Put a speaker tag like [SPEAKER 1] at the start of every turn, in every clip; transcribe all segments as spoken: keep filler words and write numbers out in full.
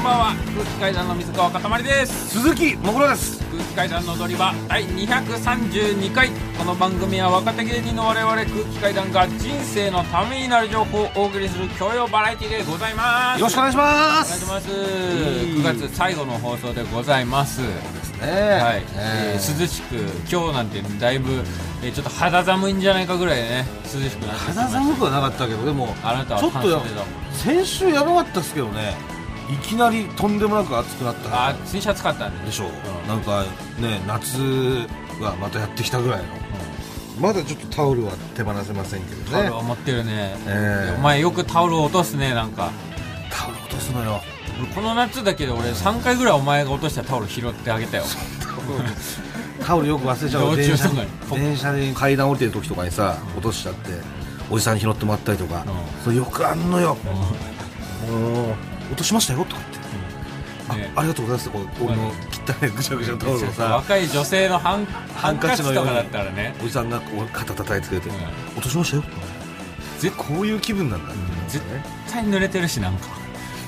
[SPEAKER 1] ばんは。空気階段の水川かたまりです。
[SPEAKER 2] 鈴木もぐろです。
[SPEAKER 1] 空気階段の踊り場だいにひゃくさんじゅうにかい。この番組は若手芸人の我々空気階段が人生のためになる情報をお送りする教養バラエティでございます。
[SPEAKER 2] よろしくお願いします。
[SPEAKER 1] お願いします。くがつ最後の放送でございます。
[SPEAKER 2] ですね。
[SPEAKER 1] はい、
[SPEAKER 2] え
[SPEAKER 1] ー、涼しく今日なんてだいぶ、えー、ちょっと肌寒いんじゃないかぐらいね涼しくなってきました。
[SPEAKER 2] 肌寒くはなかったけど、でも
[SPEAKER 1] あなたは
[SPEAKER 2] ちょっとや
[SPEAKER 1] 半袖だもん。
[SPEAKER 2] 先週やばかったですけどね。いきなりとんでもなく暑くなった
[SPEAKER 1] あ、先週暑かったんで
[SPEAKER 2] でしょう、
[SPEAKER 1] うん、
[SPEAKER 2] なんかね、夏がまたやってきたぐらいの、うん、まだちょっとタオルは手放せませんけどね。
[SPEAKER 1] タオルを持ってるね、
[SPEAKER 2] えー、
[SPEAKER 1] お前よくタオルを落とすね。なんか
[SPEAKER 2] タオル落とすのよ。
[SPEAKER 1] この夏だけで俺さんかいぐらいお前が落としたタオル拾ってあげたよ。
[SPEAKER 2] タオルよく忘れちゃう。
[SPEAKER 1] 電車に
[SPEAKER 2] 電車で階段降りてる時とかにさ、落としちゃっておじさんに拾ってもらったりとか、うん、それよくあんのよ、うん、もう落としましたよとか言って、うんね、あ, ありがとうございます。こう俺の汚いぐちゃぐちゃのタオルをさ、
[SPEAKER 1] 若い女性のハンハンカチとかだったらね、
[SPEAKER 2] おじさんがこう肩叩いてくれて、うん、落としましたよ。絶こういう気分なんだ、ね、
[SPEAKER 1] うん、絶対濡れてるしなんか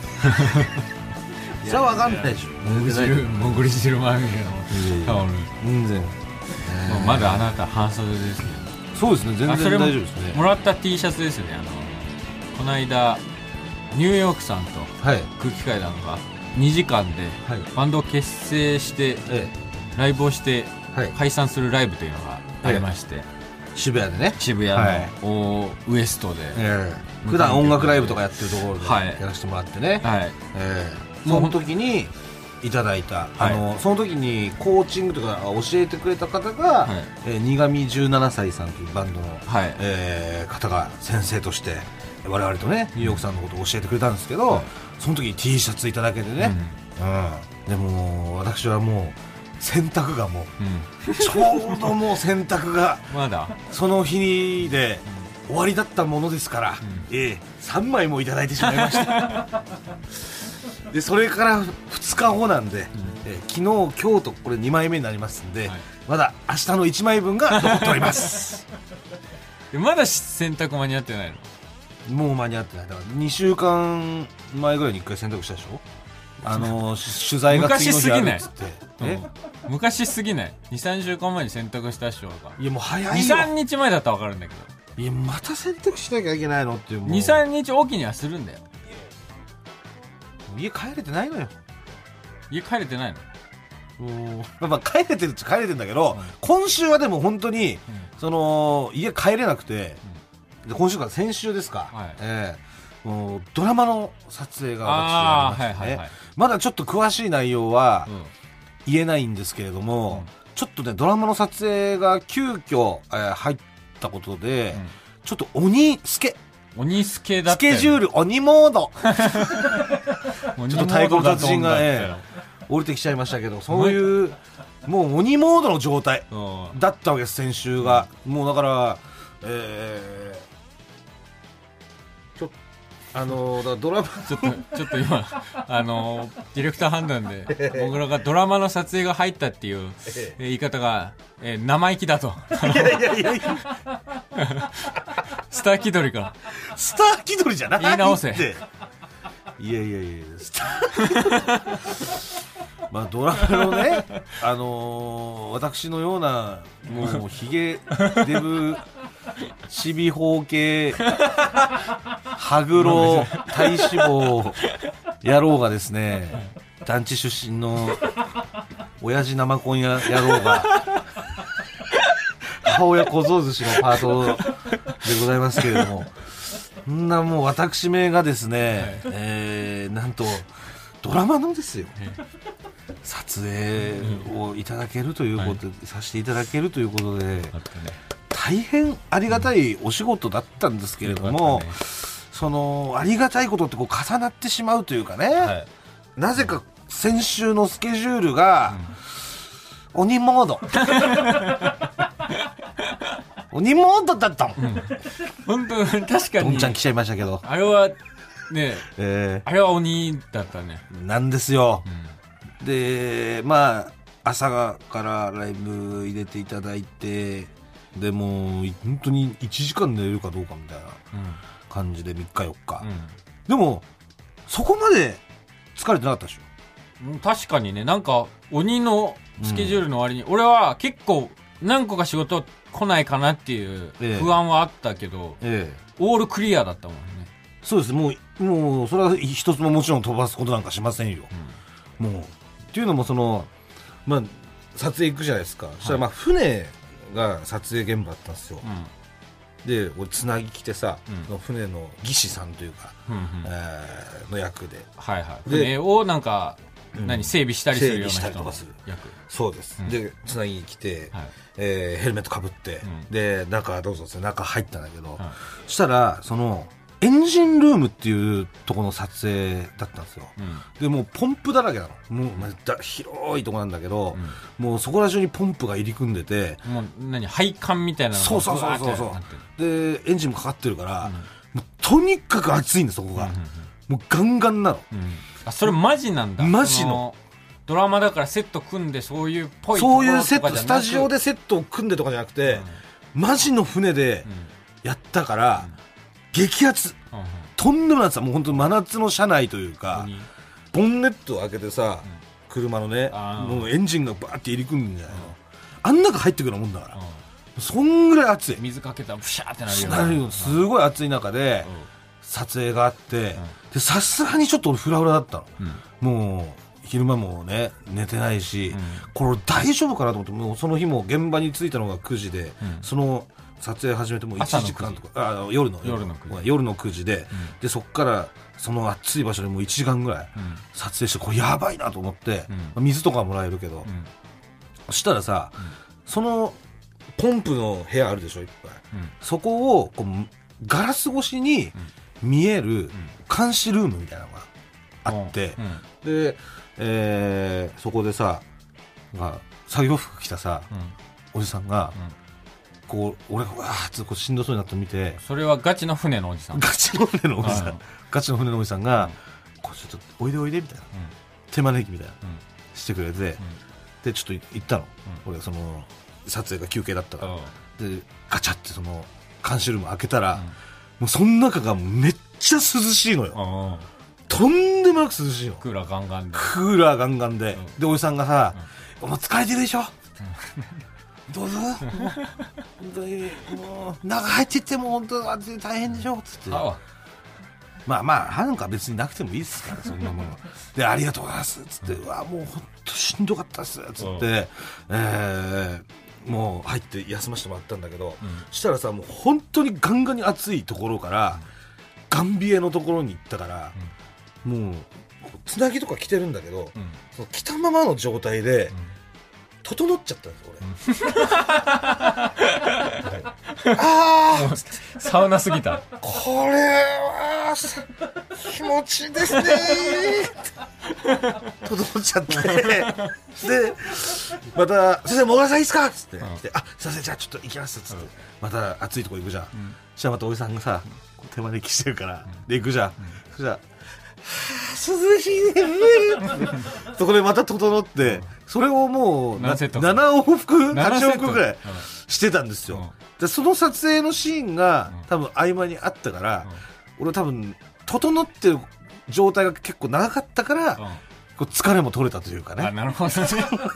[SPEAKER 2] それは分かんないでしょ。
[SPEAKER 1] もぐ汁もぐり汁まみれのタオル全然、えー、まだあなた半袖ですね。
[SPEAKER 2] そうですね、全然大丈夫ですね。
[SPEAKER 1] もらった T シャツですね。あのこの間ニューヨークさんと空気階段がにじかんでバンドを結成して、はい、ライブをして解散するライブというのがありまして、はい、
[SPEAKER 2] 渋谷でね、
[SPEAKER 1] 渋谷のウエストで、
[SPEAKER 2] えー、普段音楽ライブとかやってるところでやらせてもらってね、はい、えー、その時にいただいた、はい、あのその時にコーチングとか教えてくれた方が、はい、えー、苦味じゅうななさいさんというバンドの、はい、えー、方が先生として我々とねニューヨークさんのことを教えてくれたんですけど、はい、その時に T シャツいただけてね、うんうん、でも私はもう洗濯がもう、うん、ちょうどもう洗濯が
[SPEAKER 1] まだ
[SPEAKER 2] その日で終わりだったものですから、うん、えー、さんまいもいただいてしまいましたでそれからふつかごなんで、うん、えー、昨日今日とこれにまいめになりますんで、はい、まだ明日のいちまいぶんが残っております
[SPEAKER 1] まだ洗濯間に合ってないの？
[SPEAKER 2] もう間に合ってない。だからにしゅうかんまえぐらいにいっかい洗濯したでしょ。あのー、取材が次の日あるっつって、
[SPEAKER 1] え、うん、昔すぎない？ にさんしゅうかんまえに洗濯したっしょが。
[SPEAKER 2] いやもう早いよ。
[SPEAKER 1] にさんにちまえだったら分かるんだけど、
[SPEAKER 2] いやまた洗濯しなきゃいけないのっていう。
[SPEAKER 1] にさんにちおきにはするんだよ。
[SPEAKER 2] 家帰れてないのよ。
[SPEAKER 1] 家帰れてないの？
[SPEAKER 2] まあ、まあ帰れてるっちゃ帰れてるんだけど、うん、今週はでも本当に、うん、その家帰れなくて、うん、で今週から先週ですか、はい、えー、もうドラマの撮影が私ありましてね、はいはいはい、まだちょっと詳しい内容は言えないんですけれども、うん、ちょっとねドラマの撮影が急遽、えー、入ったことで、うん、ちょっと鬼スケ
[SPEAKER 1] 鬼スケだった
[SPEAKER 2] スケジュール鬼モードちょっと太鼓の達人が、えー、降りてきちゃいましたけど、そういうもう鬼モードの状態だったわけです先週が、うん、もうだから、えー、ちょあのー、だドラマ
[SPEAKER 1] ちょっとちょっと今あのー、ディレクター判断で僕らがドラマの撮影が入ったっていう、えー、言い方が、えー、生意気だと
[SPEAKER 2] いやいやいやいや
[SPEAKER 1] スター気取りか
[SPEAKER 2] スター気取りじゃないって。
[SPEAKER 1] 言い直せ。
[SPEAKER 2] いやいやいやスターまあドラマのね、あのー、私のようなもうヒゲデブチビ包系ハグロ体脂肪野郎がですね、団地出身の親父生コン野郎が母親小僧寿司のパートでございますけれども、そんなもう私めがですね、はい、えー、なんとドラマのですよ撮影をいただけるということで、はい、させていただけるということで、ね、大変ありがたいお仕事だったんですけれども、うん、ね、そのありがたいことってこう重なってしまうというかね、はい、なぜか先週のスケジュールが、うん、鬼モード鬼モードだったもん、うん、
[SPEAKER 1] 本当確かに
[SPEAKER 2] どんちゃん来ちゃいましたけど、
[SPEAKER 1] あれはね、えー、あれは鬼だったね。
[SPEAKER 2] なんですよ、うん、でまあ朝からライブ入れていただいて、でも本当にいちじかん寝れるかどうかみたいな感じでみっかよっか、うん、でもそこまで疲れてなかったでしょ。
[SPEAKER 1] 確かにね、なんか鬼のスケジュールの割に、うん、俺は結構何個か仕事来ないかなっていう不安はあったけど、ええ、オールクリアだったもんね。
[SPEAKER 2] そうです。もうもうそれは一つももちろん飛ばすことなんかしませんよ、うん、もうっていうのもそのまあ撮影行くじゃないですか、はい、そしたらまあ船が撮影現場だったんですよ、うん、で俺つなぎ着てさ、うん、船の技師さんというか、うんうんえー、の役で、
[SPEAKER 1] はいはい、船をなんか、うん、何整備したりするような人の役。
[SPEAKER 2] そうです、うん、でつなぎ着て、はいえー、ヘルメットかぶって、うん、で中どうぞって中入ったんだけど、はい、そしたらそのエンジンルームっていうところの撮影だったんですよ、うん、でもうポンプだらけなの。もう、まあ、だ広いところなんだけど、うん、もうそこら中にポンプが入り組んでて、
[SPEAKER 1] もう何配管みたいなのが
[SPEAKER 2] そうそうそうそうそうでエンジンもかかってるから、うん、もうとにかく暑いんですそこが、うんうんうん、もうガンガンなの、うん、
[SPEAKER 1] あそれマジなんだ。
[SPEAKER 2] マジの
[SPEAKER 1] ドラマだからセット組んでそういうっぽい
[SPEAKER 2] そういうセットスタジオでセットを組んでとかじゃなくて、うん、マジの船でやったから、うん、激熱、うんうん、とんでもないさ、もう本当に真夏の車内というか、ボンネットを開けてさ、うん、車のね、もうエンジンがバーって入り組むんじゃないの、うん、あん中入ってくるようなもんだから、うん、そんぐらい暑い。
[SPEAKER 1] 水かけたらプシャーってなるような、なるよ、
[SPEAKER 2] すごい暑い中で、うん、撮影があって、でさすがにちょっと俺フラフラだったの、うん、もう昼間もね寝てないし、うん、これ大丈夫かなと思って、もうその日も現場に着いたのがくじで、うん、その撮影始めてもいちじかんとか、あ夜の夜の夜のくじで、うん、でそっからその暑い場所でもういちじかんぐらい撮影して、これやばいなと思って、うん、水とかもらえるけど、うん、そしたらさ、うん、そのポンプの部屋あるでしょいっぱい、うん、そこをこうガラス越しに見える監視ルームみたいなのがあって、うん、で、えー、そこでさ作業服着たさ、うん、おじさんが、うんこう俺がわーってこうしんどそうになって見て、
[SPEAKER 1] それはガチの船のおじさん
[SPEAKER 2] ガチの船のおじさん、うん、ガチの船のおじさんが、うん、こうちょっとおいでおいでみたいな、うん、手招きみたいな、うん、してくれて、うん、でちょっと行ったの、うん、俺その撮影が休憩だったから、うん、でガチャってその監視ルーム開けたら、うん、もうその中がめっちゃ涼しいのよ、うん、とんでもなく涼しいの。
[SPEAKER 1] クーラーガンガンで
[SPEAKER 2] クーラーガンガンで、うん、でおじさんがさ、うん、お前疲れてるでしょ、うんどうぞ本当にもう中入っていっても本当に大変でしょっつってああまあまあ歯なんか別になくてもいいですからそんなものでありがとうございますっつって、うん、うわもう本当しんどかったっすっつって、えー、もう入って休ませてもらったんだけど、うん、したらさもう本当にガンガンに暑いところから、うん、ガンビエのところに行ったから、うん、もうつなぎとか着てるんだけど、うん、その着たままの状態で、うん整っちゃったんです俺ああ
[SPEAKER 1] サウナすぎた
[SPEAKER 2] これは気持ちいいですね整っちゃってでまた先生もぐらさんいいっすかっつって、うん、あすいませんじゃあちょっと行きますっつって、うん、また暑いとこ行くじゃん、うん、そしたらまたおじさんがさ手招きしてるから、うん、で行くじゃん、うん、そしたら涼しいねそこでまた整って、うん、それをもうなな往復はち往復ぐらいしてたんですよ、うん、でその撮影のシーンが、うん、多分合間にあったから、うん、俺多分整ってる状態が結構長かったから、うん、こう疲れも取れたというかね。
[SPEAKER 1] あなるほどね、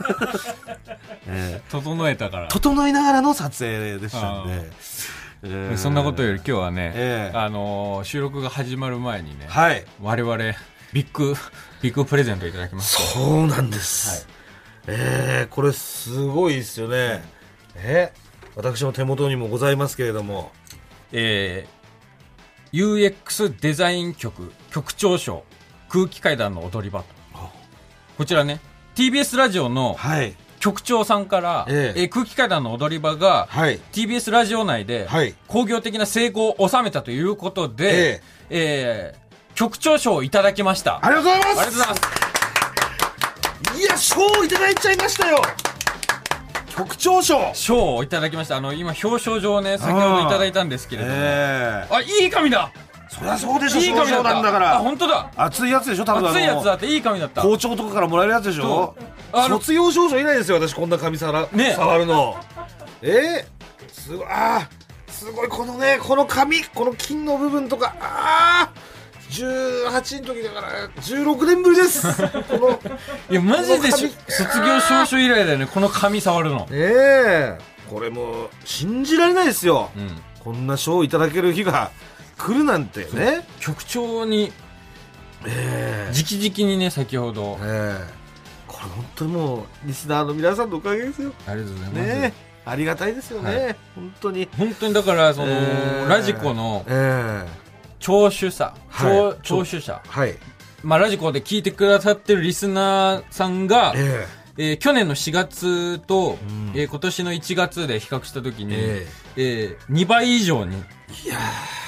[SPEAKER 1] えー、整えたから
[SPEAKER 2] 整いながらの撮影でしたんで、
[SPEAKER 1] えー、そんなことより今日はね、えーあのー、収録が始まる前にね、
[SPEAKER 2] はい、
[SPEAKER 1] 我々ビッグビッグプレゼントいただきました。
[SPEAKER 2] そうなんです、はい、えー、これすごいですよね、えー、私の手元にもございますけれども、
[SPEAKER 1] えー、ユーエックス デザイン局局長賞空気階段の踊り場と、こちらね ティービーエス ラジオの、はい局長さんから、えええー、空気階段の踊り場が、はい、ティービーエス ラジオ内で、はい、興行的な成功を収めたということで、えええー、局長賞をいただきました。
[SPEAKER 2] ありがとうございます。
[SPEAKER 1] ありがとうござい
[SPEAKER 2] ます。いや賞をいただいちゃいましたよ。局長賞
[SPEAKER 1] 賞をいただきました。あの今表彰状をね先ほどいただいたんですけれども、えー、あいい紙だ。
[SPEAKER 2] そりゃそうでしょ。いい紙だったなんだから。
[SPEAKER 1] あ本当だ。
[SPEAKER 2] 熱いやつでしょ。多分
[SPEAKER 1] 熱いやつだっていい紙だった。
[SPEAKER 2] 校長とかからもらえるやつでしょ。卒業証書以来ですよ私こんな紙さら、ね、触るの。えー、すごいあーすごいこのねこの紙この金の部分とかあーじゅうはちの時だからじゅうろくねんぶりですこの
[SPEAKER 1] いやマジで卒業証書以来だよね、この紙触るの。
[SPEAKER 2] ええこれもう信じられないですよ、うん、こんな賞をいただける日が来るなんてね。
[SPEAKER 1] 局長にええ直々にね、先ほど、ええ
[SPEAKER 2] これ本当にもうリスナーの皆さんのおかげですよ。
[SPEAKER 1] ありがとうございます、
[SPEAKER 2] ね、ありがたいですよね、はい、本当に
[SPEAKER 1] 本当に。だからその、えー、ラジコの聴取者、聴聴取者、はい、まあ、ラジコで聞いてくださってるリスナーさんが、えーえー、去年のしがつと、うんえー、今年のいちがつで比較したときに、えーえー、にばい以上にいや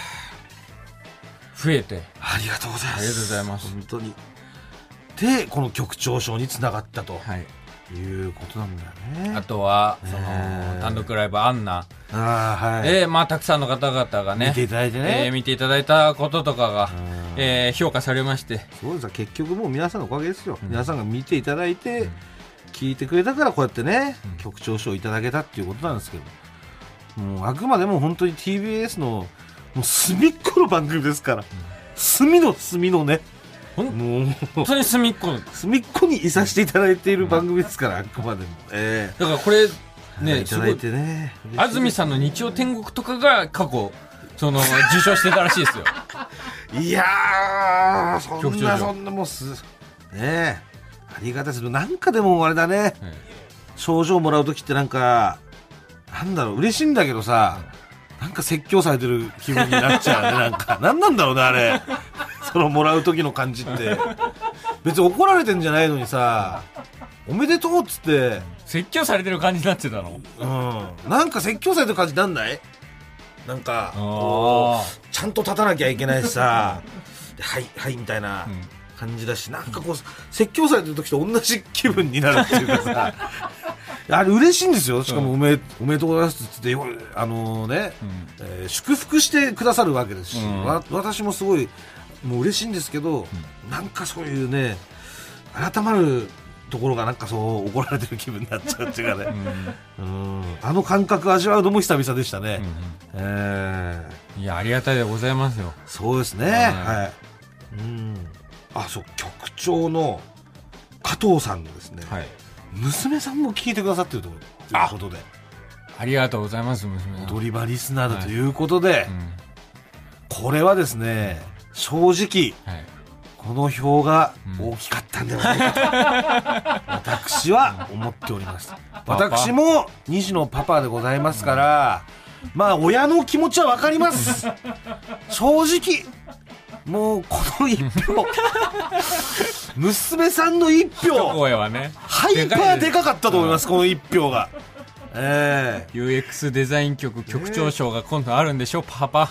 [SPEAKER 1] 増えて、
[SPEAKER 2] ありがとうございます。
[SPEAKER 1] ありがとうございます。
[SPEAKER 2] 本当に。でこの局長賞につながったと、はい、いうことなんだよね。
[SPEAKER 1] あとはその単独ライブアンナ、あ、はいえーまあ、たくさんの方々がね
[SPEAKER 2] 見ていただいてね、
[SPEAKER 1] えー、見ていただいたこととかが、えー、評価されまして。
[SPEAKER 2] そうですよ、結局もう皆さんのおかげですよ、うん、皆さんが見ていただいて、うん、聞いてくれたからこうやってね、うん、局長賞をいただけたっていうことなんですけど、もうあくまでも本当に ティービーエス のもう隅っこの番組ですから、うん、隅の隅のね、
[SPEAKER 1] 本当に隅っこ
[SPEAKER 2] 隅っこにいさせていただいている番組ですから、うん、あくまでも、え
[SPEAKER 1] ー、だからこれね、
[SPEAKER 2] いただいてね、
[SPEAKER 1] 安住さんの日曜天国とかが過去その受賞してたらしいですよ
[SPEAKER 2] いやー、そんなそんなもうすねえ、ありがたいですけど、なんかでもあれだね、賞状もらうときってなんかなんだろう、嬉しいんだけどさ、なんか説教されてる気分になっちゃうねなんかなんなんだろうねあれそのもらう時の感じって別に怒られてんじゃないのにさ、おめでとうっつって
[SPEAKER 1] 説教されてる感じになってたの。
[SPEAKER 2] うん、なんか説教されてる感じになんない？なんかちゃんと立たなきゃいけないしさはいはいみたいな感じだし、なんかこう説教されてる時と同じ気分になるっていうかさあれ嬉しいんですよ。しかもおめ、うん、おめでとうございますって言って、あのー、ね、うんえー、祝福してくださるわけですし、うん、わ私もすごいもう嬉しいんですけど、うん、なんかそういうね改まるところがなんかそう怒られてる気分になっちゃうっていうかね、うん、うんあの感覚味わうのも久々でしたね、うん
[SPEAKER 1] えー、いやありがたいでございますよ。
[SPEAKER 2] そうですね、はい、うん、あそう局長の加藤さんのですね、はい、娘さんも聞いてくださってるということで、
[SPEAKER 1] あ, ありがとうございます。娘
[SPEAKER 2] 踊り場リスナーだということで、はいうん、これはですね正直、はい、この票が大きかったんではないかと、うん、私は思っております。私もに児のパパでございますから、うん、まあ親の気持ちは分かります正直もうこの一票娘さんの一票
[SPEAKER 1] 声はね
[SPEAKER 2] ハイパーでかかったと思います、この一票が、え
[SPEAKER 1] ー、ユーエックス デザイン局局長賞が今度あるんでしょ、パパ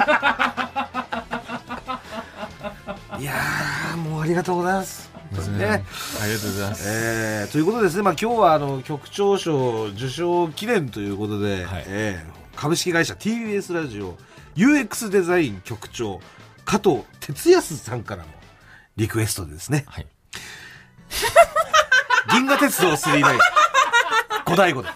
[SPEAKER 2] いやーもうありがとうございます、
[SPEAKER 1] ね、ありがとうございます、
[SPEAKER 2] えー、ということでですね、まあ、今日はあの局長賞受賞記念ということで、はいえー、株式会社 ティービーエス ラジオ ユーエックス デザイン局長加藤哲康さんからのリクエストでですね、はい、銀河鉄道スリーナイン五醍醐で、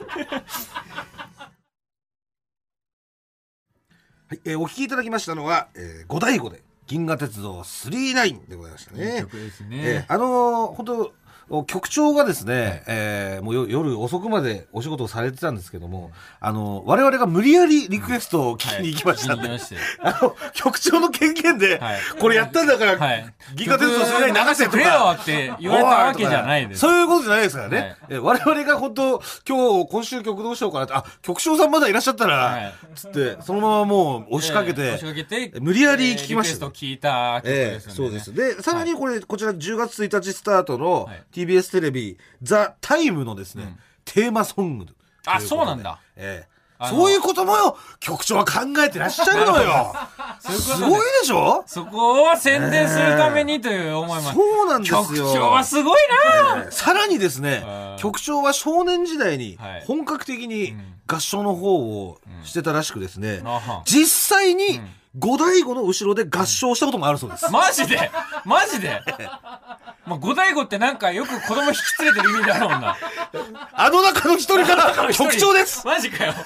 [SPEAKER 2] はいえー、お聴きいただきましたのは、えー、五醍醐で銀河鉄道スリーナインでございましたね。
[SPEAKER 1] いい曲ですね、
[SPEAKER 2] えー、あのー、本当局長がですね、はいえー、もう夜遅くまでお仕事をされてたんですけども、あの我々が無理やりリクエストを聞きに行きましたんで、はい、あの局長の権限で、はい、これやったんだから、はい、銀河鉄道スリーナイン流せとか
[SPEAKER 1] 流って言われたわけじゃないです。
[SPEAKER 2] そういうことじゃないですからね、はい、え我々が本当今日今週曲どうしようかなって、あ局長さんまだいらっしゃったら、はい、つってそのままもう押しかけて、えー、押しかけて無理やり聞きました、
[SPEAKER 1] えー、リクエスト聞いた曲ですよね、えー、そうです。
[SPEAKER 2] でさらにこれ、はい、こちらじゅうがつついたちスタートの ティービーエス テレビザ・タイムのですね、うん、テーマソング。
[SPEAKER 1] あ、そうなんだ。
[SPEAKER 2] ええ、そういうこともよ局長は考えてらっしゃるのよすごいでしょ。
[SPEAKER 1] そこを宣伝するためにという思います、えー、
[SPEAKER 2] そうなんですよ。
[SPEAKER 1] 局長はすごいな、
[SPEAKER 2] えー、さらにですね局長は少年時代に本格的に合唱の方をしてたらしくですね、うんうん、実際に五醍醐の後ろで合唱したこともあるそうです、
[SPEAKER 1] うん、マジでマジでまあ、五醍醐ってなんかよく子供引き連れてる意味だろうな
[SPEAKER 2] あの中の一人から局長です
[SPEAKER 1] マジかよ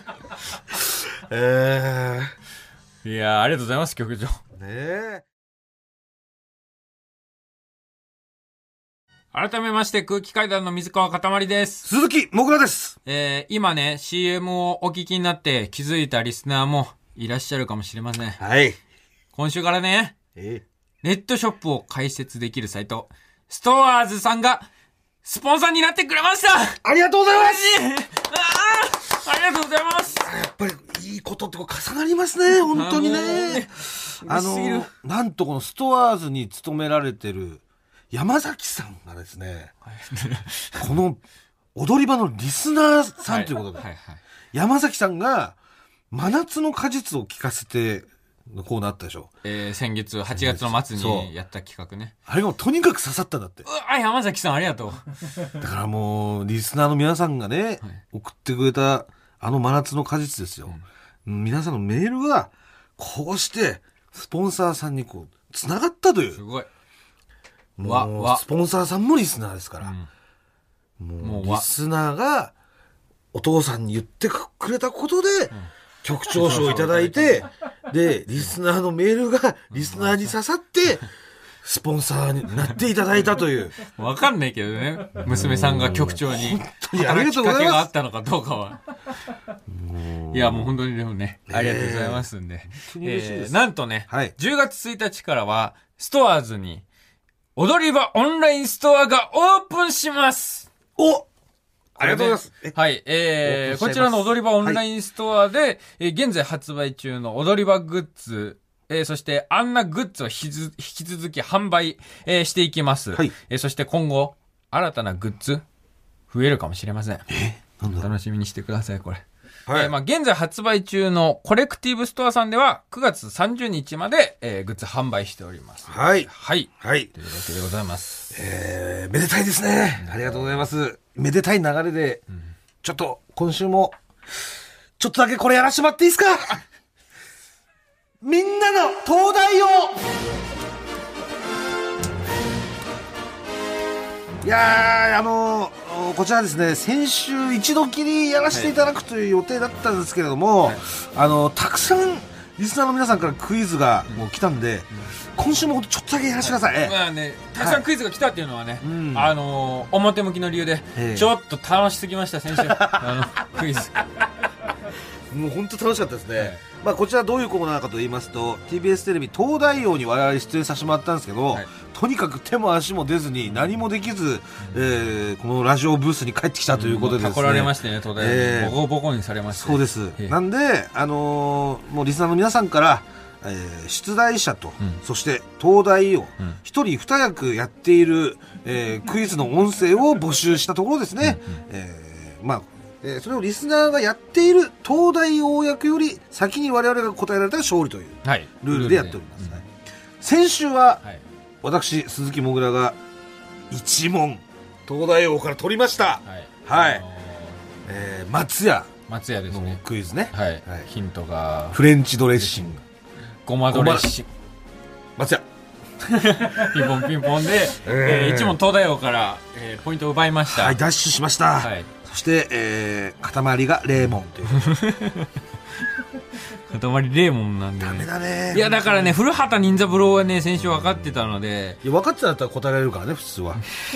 [SPEAKER 2] えー、
[SPEAKER 1] いやありがとうございます局長ね
[SPEAKER 2] え
[SPEAKER 1] 改めまして空気階段の水川かたまりです。
[SPEAKER 2] 鈴木もぐらです。
[SPEAKER 1] えー、今ね シーエム をお聞きになって気づいたリスナーもいらっしゃるかもしれません。
[SPEAKER 2] はい。
[SPEAKER 1] 今週からね、
[SPEAKER 2] え
[SPEAKER 1] ー、ネットショップを開設できるサイトストアーズさんがスポンサーになってくれました。
[SPEAKER 2] ありがとうございます。
[SPEAKER 1] ああ、ありがとうございます。
[SPEAKER 2] やっぱりいいことってこう重なりますね、本当にね。あのなんとこのストアーズに勤められてる山崎さんがですねこの踊り場のリスナーさんということで、はいはいはい、山崎さんが真夏の果実を聞かせてのコーナーあったでしょ、
[SPEAKER 1] えー、先月はちがつの末にやった企画ね。
[SPEAKER 2] あれがとにかく刺さったんだって。
[SPEAKER 1] うわ、山崎さんありがと
[SPEAKER 2] う。だからもうリスナーの皆さんがね、はい、送ってくれたあの真夏の果実ですよ、うん、皆さんのメールがこうしてスポンサーさんにこうつながったという。
[SPEAKER 1] すごい。
[SPEAKER 2] もうスポンサーさんもリスナーですから、うん、もうリスナーがお父さんに言ってくれたことで、うん、局長賞をいただいてでリスナーのメールがリスナーに刺さってスポンサーになっていただいたという
[SPEAKER 1] わかんないけどね、娘さんが局長に働きかけがあったのかどうかは。いやもう本当にでもね、ありがとうございますんで、えーえー、なんとね、はい、じゅうがつついたちからはストアーズに踊り場オンラインストアがオープンします。
[SPEAKER 2] お、ありがとうございます。
[SPEAKER 1] はい、えー、こちらの踊り場オンラインストアで、はい、えー、現在発売中の踊り場グッズ、えー、そしてあんなグッズを引き続き販売、えー、していきます。はい、えー、そして今後新たなグッズ増えるかもしれません。
[SPEAKER 2] えー、なんだ？
[SPEAKER 1] 楽しみにしてくださいこれ。はい、えー、まあ現在発売中のコレクティブストアさんではくがつさんじゅうにちまで、えー、グッズ販売しております。
[SPEAKER 2] はい。
[SPEAKER 1] はい。
[SPEAKER 2] はい。
[SPEAKER 1] というわけでございます。
[SPEAKER 2] えー、めでたいですね。ありがとうございます。めでたい流れで、うん、ちょっと今週も、ちょっとだけこれやらしてもらっていいですか？みんなの東大王！いやー、あのー、こちらですね、先週一度きりやらせていただくという予定だったんですけれども、はい、あのたくさんリスナーの皆さんからクイズがもう来たんで、うん、今週もちょっとだけやらせてください。はい、
[SPEAKER 1] まあね、たくさんクイズが来たっていうのはね、はい、あのー、表向きの理由で、ちょっと楽しすぎました先週あのクイズ。
[SPEAKER 2] もう本当楽しかったですね。はい、まあ、こちらどういうコーナーかと言いますと ティービーエス テレビ東大王に我々出演させてもらったんですけど、はい、とにかく手も足も出ずに何もできず、うん、えー、このラジオブースに帰ってきたということでですね、
[SPEAKER 1] うん、もうタコられましてね、東大王に、えー、ボコボコにされまして、
[SPEAKER 2] そうです、えー、なんで、あのー、もうリスナーの皆さんから、えー、出題者と、うん、そして東大王一、うん、人二役やっている、えー、クイズの音声を募集したところですね、うんうん、えー、まあえー、それをリスナーがやっている東大王役より先に我々が答えられたら勝利というルールでやっております、はい、うん、先週は、はい、私鈴木もぐらがいちもん東大王から取りました。はい、はい、あのーえー、松屋
[SPEAKER 1] 松屋ですね、
[SPEAKER 2] クイズね、
[SPEAKER 1] はいはい、ヒントが
[SPEAKER 2] フレンチドレッシング、
[SPEAKER 1] ごまドレッシング、
[SPEAKER 2] 松屋
[SPEAKER 1] ピンポンピンポンで、えーえー、いち問東大王から、えー、ポイントを奪いました。
[SPEAKER 2] はい、ダッシュしました。はい、そして、えー、塊がレーモンという
[SPEAKER 1] 塊レーモンなんで、ね、
[SPEAKER 2] ダメだね。
[SPEAKER 1] いやだからね、古畑任三郎はね先週分かってたので、
[SPEAKER 2] いや分かってたんだったら答えられるからね普通は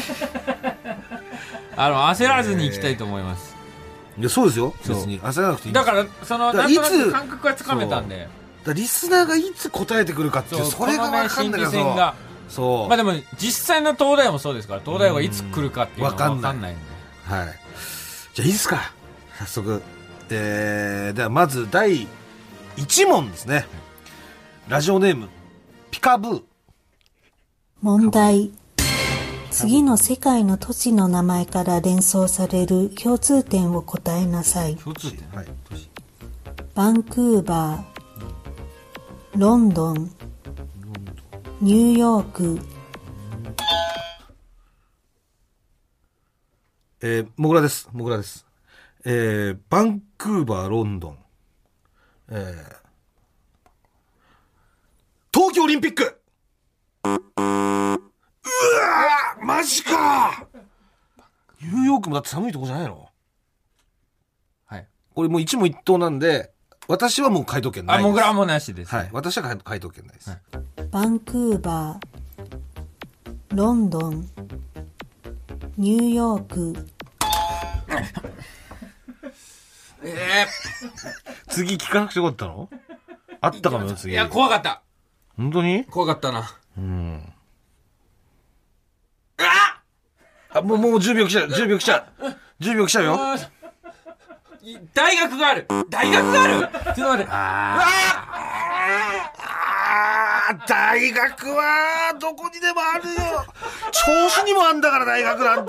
[SPEAKER 1] あの焦らずにいきたいと思います。
[SPEAKER 2] いやそうですよ、別に焦らなくていい。
[SPEAKER 1] だからそのなんとなく感覚がつかめたんで、
[SPEAKER 2] だリスナーがいつ答えてくるかっていう、それが分かんないけど、
[SPEAKER 1] がそう、まあでも実際の東大もそうですから、東大はいつ来るかっていうのは分かんないんで、
[SPEAKER 2] はい、じゃあいいですか早速、えー、ではまずだいいち問ですね。ラジオネームピカブー。
[SPEAKER 3] 問題。次の世界の都市の名前から連想される共通点を答えなさい。
[SPEAKER 1] 共通点、はい、
[SPEAKER 3] バンクーバー、ロンドン、ニューヨーク。
[SPEAKER 2] えー、もぐらです。もぐらです。えー、バンクーバー、ロンドン、えー、東京オリンピック。うわーマジか。ニューヨークもだって寒いとこじゃないの。はい、これもう一問一答なんで私はもう回答権ないです。
[SPEAKER 1] あ、もぐらもなしです、ね、
[SPEAKER 2] はい、私は回答権ないです、はい、
[SPEAKER 3] バンクーバー、ロンドン、 ニューヨーク。
[SPEAKER 1] ええ
[SPEAKER 2] ー、次聞かなくてよかったの？あったかもよ、次。
[SPEAKER 1] いや、怖かった。
[SPEAKER 2] 本当に？
[SPEAKER 1] 怖かったな。
[SPEAKER 2] うん。ああもう、もうじゅうびょう来ちゃう。じゅうびょう来ちゃう。じゅうびょう来ちゃうよ。
[SPEAKER 1] 大学がある。大学がある。ちょっと待って。
[SPEAKER 2] ああ大学はどこにでもあるよ。銚子にもあんだから、大学なんて。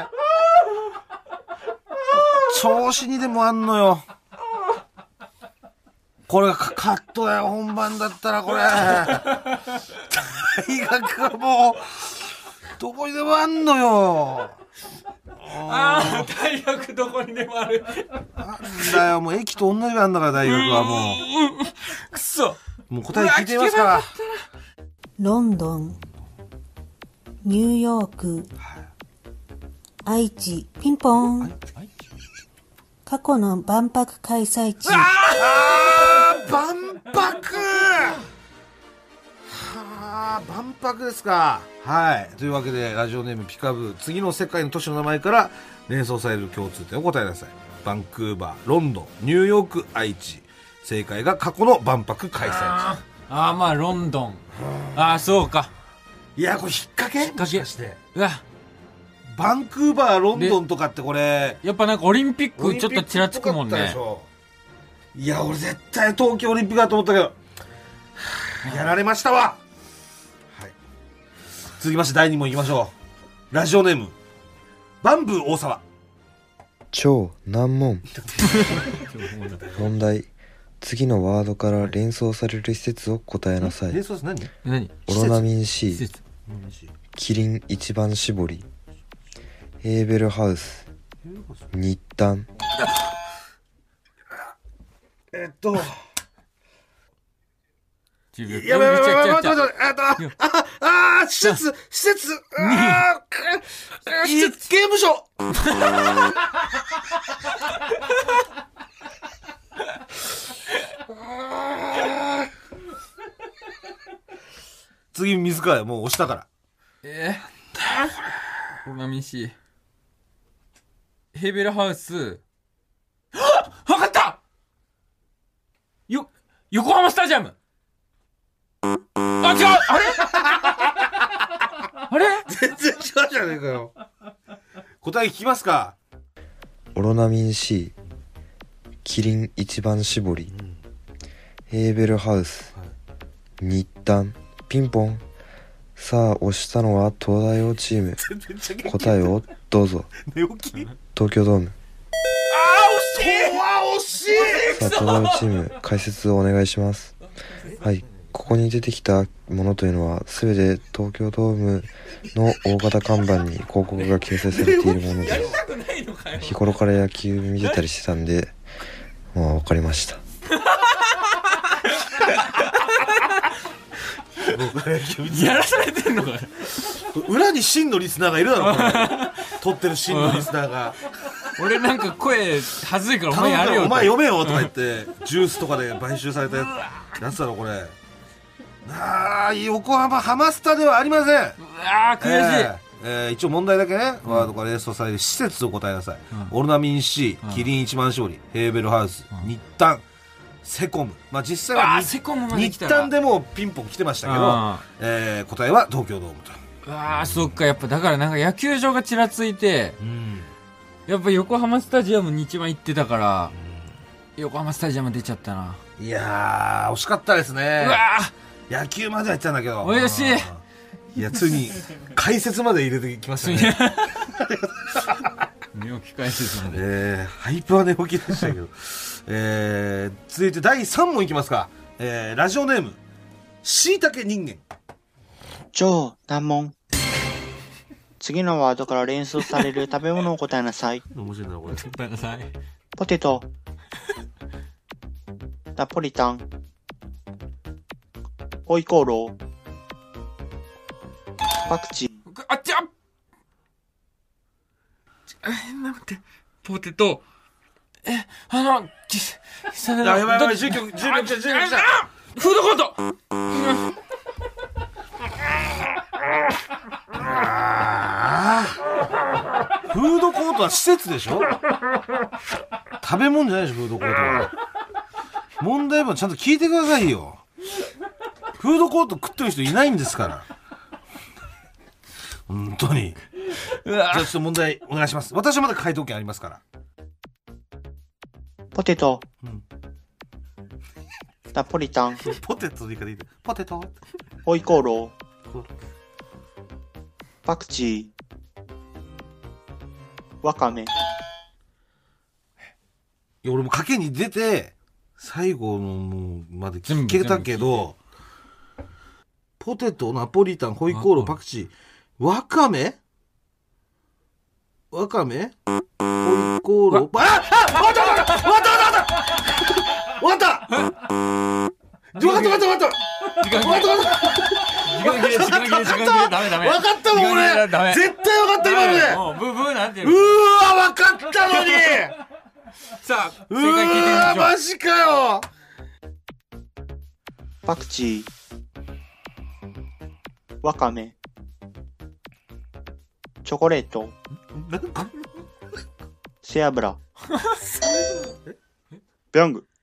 [SPEAKER 2] 銚子にでもあんのよ。これカットだよ、本番だったらこれ。大学はもうどこにでもあんのよ。
[SPEAKER 1] ああ大学どこにでもある。
[SPEAKER 2] あんだよ、もう駅と同じぐらいあんだから、大学はも
[SPEAKER 1] うくそ。
[SPEAKER 2] もう答え聞いてみますから。
[SPEAKER 3] ロンドン、ニューヨーク、愛知、ピンポン。過去の万博開催地。
[SPEAKER 2] ああ万博。はあ万博ですか。はい。というわけでラジオネームピカブー、次の世界の都市の名前から連想される共通点を答えなさい。バンクーバー、ロンドン、ニューヨーク、愛知。正解が過去の万博開催地。
[SPEAKER 1] ああまあロンドン。ああそうか。
[SPEAKER 2] いやこれ引っ掛け？引っ
[SPEAKER 1] 掛け。
[SPEAKER 2] もしかして
[SPEAKER 1] うわ。
[SPEAKER 2] バンクーバー、ロンドンとかってこれ
[SPEAKER 1] やっぱなんかオリンピックちょっとちらつくもんね。
[SPEAKER 2] いや俺絶対東京オリンピックだと思ったけど、はあ、やられましたわ。はい、続きましてだいに問いきましょう。ラジオネームバンブー大沢。
[SPEAKER 4] 超難問。問題。次のワードから連想される施設を答えなさい。
[SPEAKER 2] 連想是何？
[SPEAKER 1] 何？
[SPEAKER 4] オロナミン C、 キリン一番搾り、ヘーベルハウス、日丹。
[SPEAKER 2] えっと
[SPEAKER 1] じゅうびょう。
[SPEAKER 2] やばいやばいやばい待って待って待って、あああ施設施設ああ施設刑務所。次水川や、もう押したから。
[SPEAKER 1] えー、オロナミン C、 ヘーベルハウス。はっわかった。よ横浜スタジアム。あ違うあれあれ
[SPEAKER 2] 全然違うじゃねえかよ。答え聞きますか。
[SPEAKER 4] オロナミン C、 キリン一番搾り、うん、ヘーベルハウス、はい、日丹。ピンポン。さあ押したのは東大王チーム。答えをどうぞ。
[SPEAKER 2] 寝起き？
[SPEAKER 4] 東京ドーム。
[SPEAKER 2] あー惜しい。
[SPEAKER 4] さあ東大王チーム解説をお願いします。はい、ここに出てきたものというのは全て東京ドームの大型看板に広告が掲載されているものです。日頃から野球見てたりしてたんで、まあ分かりました。
[SPEAKER 1] やらされてんのか。
[SPEAKER 2] 裏に真のリスナーがいるだろこれ。撮ってる真のリスナーが。
[SPEAKER 1] 俺なんか声はずいからお前やれよ、
[SPEAKER 2] お前読めよとか言ってジュースとかで買収されたやつやつだろこれ。ああ横浜ハマスタではありません。うわ
[SPEAKER 1] ー悔しい。
[SPEAKER 2] えーえー、一応問題だけね、うん、ワードから連想される施設を答えなさい。うん、オロナミン C、うん、キリン一番搾り、ヘーベルハウス、うん、日丹、セコム。まあ実際は日丹でもピンポン来てましたけど、えー、答えは東京ドームと。
[SPEAKER 1] ああそっか。やっぱだからなんか野球場がちらついて、うん、やっぱ横浜スタジアムに一番行ってたから、うん、横浜スタジアム出ちゃったな。
[SPEAKER 2] いやー惜しかったですね。
[SPEAKER 1] うわ
[SPEAKER 2] 野球までは言ってたんだけど
[SPEAKER 1] おいしい。
[SPEAKER 2] いやついに解説まで入れてきましたね。
[SPEAKER 1] 寝起き解説まで、
[SPEAKER 2] えー、ハイパー寝起きでしたけど、えー、続いてだいさん問いきますか。えー、ラジオネームしいたけ人間。
[SPEAKER 5] 超難問。次のワードから連想される食べ物を答えなさい。
[SPEAKER 2] 面白いなこれ。
[SPEAKER 1] 答えなさい。
[SPEAKER 5] ポテト、ナポリタン、ホイコーロー、パクチー。
[SPEAKER 1] あっちゃえ待ってポテト。えあのき
[SPEAKER 2] やばいやばいやばいじゅうきょくじゅうきょくじゅうきょく
[SPEAKER 1] フードコート。
[SPEAKER 2] あは施設でしょ。食べ物じゃないでしょ、フードコートは。問題文ちゃんと聞いてくださいよ。フードコート食ってる人いないんですから。本当に。じゃあちょっと問題お願いします。私はまだ回答権ありますから。
[SPEAKER 5] ポテト、
[SPEAKER 2] うん、
[SPEAKER 5] ナポリタン、
[SPEAKER 2] ポテトでいいかでいいで。ポテト、
[SPEAKER 5] ホイコーロー、パクチー、ワカメ。い
[SPEAKER 2] や俺も賭けに出て最後のもうまで聞けたけど、ポテト、ナポリタン、ホイコーロー、パクチー、ワカメワカメホイコーロー、あああわったわったわったわったわったわったわったわったわった
[SPEAKER 1] 時間切れ時間切れ時間切れ時間切れダメダメ。
[SPEAKER 2] わかったもん俺絶対わかった今ので。
[SPEAKER 1] もうブーブーなんていう
[SPEAKER 2] うーわわかったのに
[SPEAKER 1] さあ正解聞いてみましょう。
[SPEAKER 2] うーマジかよ。
[SPEAKER 5] パクチー、ワカメ、チョコレート、背脂、ペヤング。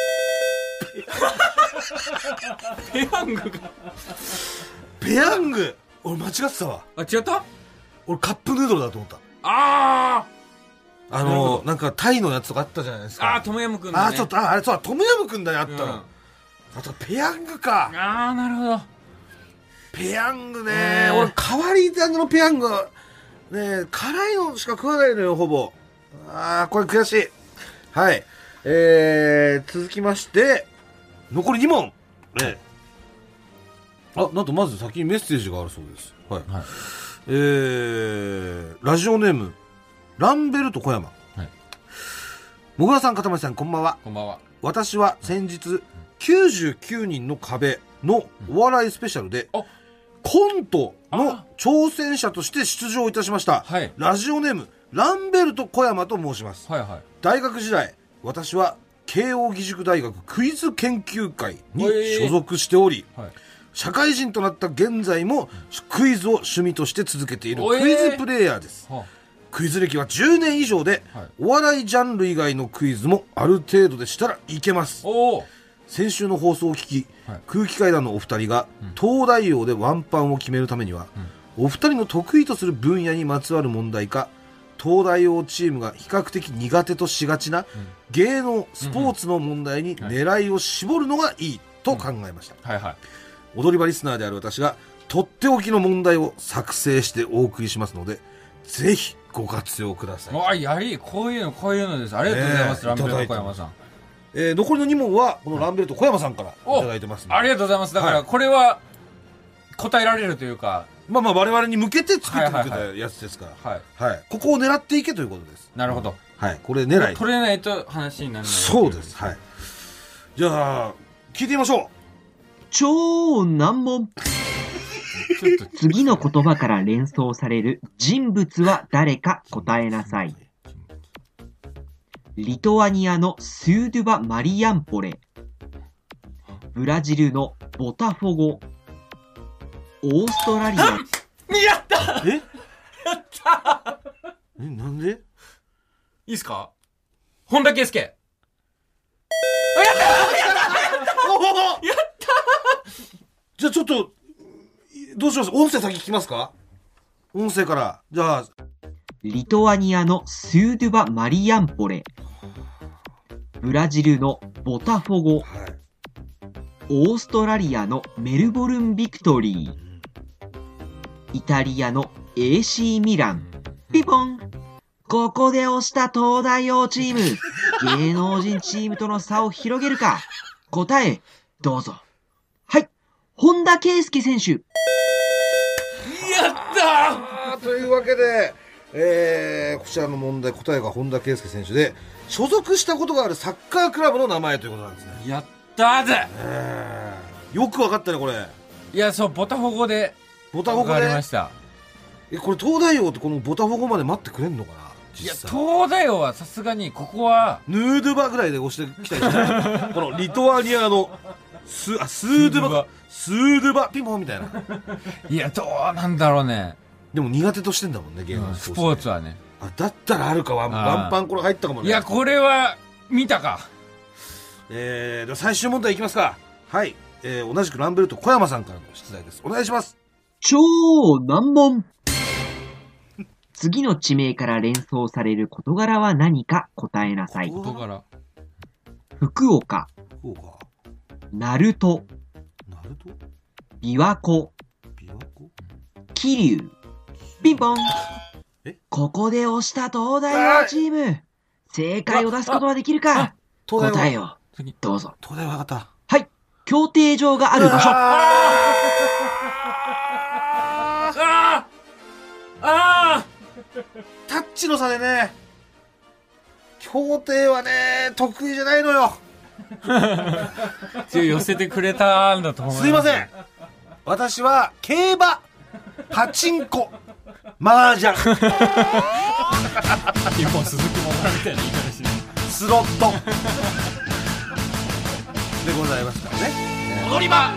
[SPEAKER 1] ペヤングが
[SPEAKER 2] ペヤング俺間違ってたわ。
[SPEAKER 1] あ、違った。
[SPEAKER 2] 俺カップヌードルだと思った。
[SPEAKER 1] あ
[SPEAKER 2] あのなんかタイのやつとかあったじゃないですか。
[SPEAKER 1] あートムヤムくんだね。
[SPEAKER 2] あーちょっとああれそうトムヤムくんだねあったの、うん、あとペヤングか。
[SPEAKER 1] ああなるほど。
[SPEAKER 2] ペヤングね、えー、俺変わり種のペヤングね辛いのしか食わないのよほぼ。ああこれ悔しい。はい、えー、続きまして残りに問、ね、あなんとまず先にメッセージがあるそうです。はい、はい、えー、ラジオネームランベルト小山、はい、もぐらさんかたまりさんこんばんは。
[SPEAKER 1] こんばんは。
[SPEAKER 2] 私は先日きゅうじゅうきゅうにんの壁のお笑いスペシャルで、うん、コントの挑戦者として出場いたしました、はい、ラジオネームランベルト小山と申します、はいはい、大学時代私は慶應義塾大学クイズ研究会に所属しており、えーはい、社会人となった現在もクイズを趣味として続けているクイズプレイヤーです、えー、クイズ歴はじゅうねん以上で、はい、お笑いジャンル以外のクイズもある程度でしたらいけます。先週の放送を聞き、はい、空気階段のお二人が、うん、東大王でワンパンを決めるためには、うん、お二人の得意とする分野にまつわる問題か東大王チームが比較的苦手としがちな、うん、芸能スポーツの問題に狙いを絞るのがいいと考えました、うんはいはい、踊り場リスナーである私がとっておきの問題を作成してお送りしますのでぜひご活用ください。
[SPEAKER 1] あやりこういうのこういうのです。ありがとうございます、えー、ランベルト小山さん、
[SPEAKER 2] えー、残りのに問はこのランベルト小山さんからいただいてますので、
[SPEAKER 1] ありがとうございます。だからこれは答えられるというか、
[SPEAKER 2] まあまあ我々に向けて作ってくれたやつですから、はいはいはい、ここを狙っていけということです。
[SPEAKER 1] なるほど、
[SPEAKER 2] はい、これ狙い
[SPEAKER 1] 取れないと話にならない。
[SPEAKER 2] そうです、はい、じゃあ聞いてみましょう。
[SPEAKER 6] 超難問次の言葉から連想される人物は誰か答えなさい。リトアニアのスードゥバ・マリアンポレ、ブラジルのボタフォゴ、オーストラリア。や
[SPEAKER 1] った
[SPEAKER 2] えやったえなんで
[SPEAKER 1] いいっすか。本田圭佑。やったやったやったやった
[SPEAKER 2] じゃあちょっとどうします。音声先聞きますか。音声からじゃあ
[SPEAKER 6] リトアニアのスードゥバ・マリアンポレ、ブラジルのボタフォゴ、はい、オーストラリアのメルボルン・ビクトリー、イタリアの エーシー ミラン。ピポン。ここで押した東大王チーム、芸能人チームとの差を広げるか。答えどうぞ。はい、本田圭佑選手。
[SPEAKER 1] やったー
[SPEAKER 2] というわけで、えー、こちらの問題答えが本田圭佑選手で所属したことがあるサッカークラブの名前ということなんですね。
[SPEAKER 1] やったーぜ、
[SPEAKER 2] えー、よくわかったねこれ。
[SPEAKER 1] いやそうボタフォゴで
[SPEAKER 2] ボタフォゴで
[SPEAKER 1] 分かりました。
[SPEAKER 2] えこれ東大王ってこのボタフォゴまで待ってくれんのかな。
[SPEAKER 1] いや東大王はさすがにここは
[SPEAKER 2] ヌードゥバぐらいで押してきたりしてこのリトアニアのスあスードゥバかスードゥバピンポンみたいな。
[SPEAKER 1] いやどうなんだろうね。
[SPEAKER 2] でも苦手としてんだもんね芸能
[SPEAKER 1] スポーツはね。
[SPEAKER 2] あ、だったらあるか。ワンワンパンこれ入ったかもね。
[SPEAKER 1] いや、これは見たか。
[SPEAKER 2] えー、では最終問題いきますか。はい、えー、同じくランベルト小山さんからの出題です。お願いします。
[SPEAKER 6] 超難問。次の地名から連想される事柄は何か答えなさい。
[SPEAKER 1] 事柄。
[SPEAKER 6] 福岡、
[SPEAKER 2] 福岡、
[SPEAKER 6] 鳴門、
[SPEAKER 2] 鳴門、
[SPEAKER 6] 琵琶湖、
[SPEAKER 2] 琵琶湖、
[SPEAKER 6] 桐生。ピンポン。
[SPEAKER 2] え
[SPEAKER 6] ここで押した東大王チーム。正解を出すことはできるか。
[SPEAKER 2] 東大王
[SPEAKER 6] 答えをどうぞ。
[SPEAKER 2] 東大は分かった。
[SPEAKER 6] はい。競艇場がある場所。
[SPEAKER 2] ああタッチの差でね、競艇はね得意じゃないのよ。
[SPEAKER 1] 寄せてくれたんだと思います。
[SPEAKER 2] すいません、私は競馬、パチンコ、麻雀、
[SPEAKER 1] 今鈴木もぐらみたいな言い方しない。
[SPEAKER 2] スロットでございますからね。踊り場。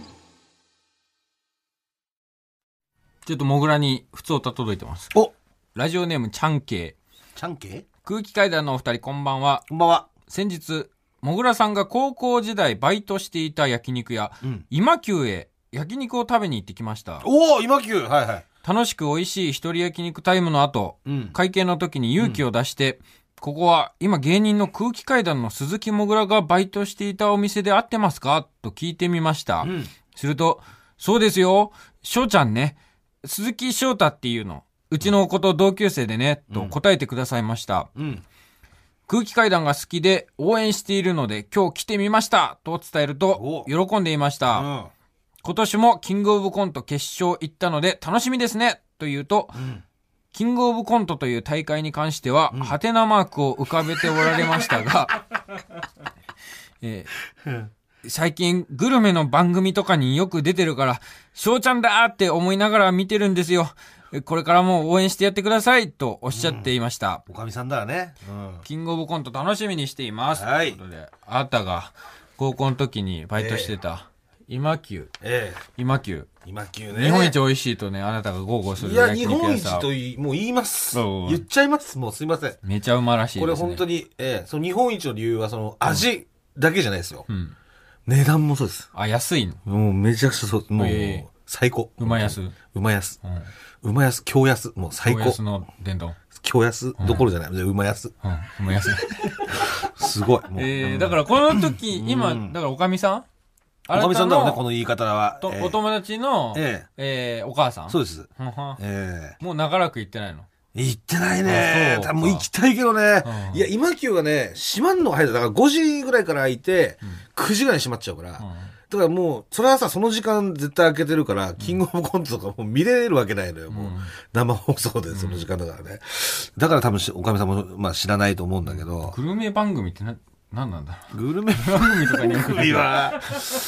[SPEAKER 1] ちょっともぐらに普通歌届いてます。
[SPEAKER 2] お、
[SPEAKER 1] ラジオネームちゃんけい。
[SPEAKER 2] ちゃんけい。
[SPEAKER 1] 空気階段のお二人こんばんは。
[SPEAKER 2] こんばんは。
[SPEAKER 1] 先日もぐらさんが高校時代バイトしていた焼肉屋、うん、今久へ焼肉を食べに行ってきました。
[SPEAKER 2] おお、今久。はいはい。
[SPEAKER 1] 楽しく美味しい一人焼肉タイムの後、うん、会計の時に勇気を出して、うん、ここは今芸人の空気階段の鈴木もぐらがバイトしていたお店で合ってますかと聞いてみました、うん、すると、そうですよ、翔ちゃんね、鈴木翔太っていうの、うちの子と同級生でね、うん、と答えてくださいました、うん、空気階段が好きで応援しているので今日来てみましたと伝えると喜んでいました、うん、今年もキングオブコント決勝行ったので楽しみですねと言うと、うん、キングオブコントという大会に関しては、うん、ハテナマークを浮かべておられましたが、えー、最近グルメの番組とかによく出てるから翔ちゃんだって思いながら見てるんですよ。これからも応援してやってくださいとおっしゃっていました。
[SPEAKER 2] おかみさんだね、
[SPEAKER 1] うん、キングオブコント楽しみにしています、
[SPEAKER 2] はい、
[SPEAKER 1] ということで、あなたが高校の時にバイトしてた、えー、今久、えー、今久
[SPEAKER 2] 今久ね、
[SPEAKER 1] 日本一美味しいとね、あなたが豪語する焼肉屋さん。
[SPEAKER 2] いや、日本一といもう言います。言っちゃいます。もうすいません。
[SPEAKER 1] めちゃうまらしいですね。
[SPEAKER 2] これ本当に、えー、その日本一の理由はその味だけじゃないですよ。うん、値段もそうです。
[SPEAKER 1] あ、安いの。
[SPEAKER 2] もうめちゃくちゃそう、もう、えー、最高。
[SPEAKER 1] うま安。
[SPEAKER 2] うま安。うま安、京安、もう最高。京
[SPEAKER 1] 安の伝統。
[SPEAKER 2] 京安どころじゃない。うま安。
[SPEAKER 1] うん、うま安。
[SPEAKER 2] すごい。
[SPEAKER 1] もうえー、だからこの時、今、だからおかみさん
[SPEAKER 2] おかみさんだろうね、この言い方は。
[SPEAKER 1] と、えー、お友達の、えーえー、お母さん。
[SPEAKER 2] そうです。
[SPEAKER 1] えー、もう長らく行ってないの？
[SPEAKER 2] 行ってないね。多分もう行きたいけどね。うん、いや、今久がね、閉まんのが早い。だからごじぐらいから開いて、うん、くじぐらいに閉まっちゃうから。うん、だからもう、それはさ、その時間絶対開けてるから、うん、キングオブコントとかもう見れるわけないのよ。もう、生放送でその時間だからね。だから多分、おかみさんも、まあ知らないと思うんだけど。
[SPEAKER 1] グルメ番組ってな、なんなんだろ
[SPEAKER 2] う。グルメ番組とかに送りは、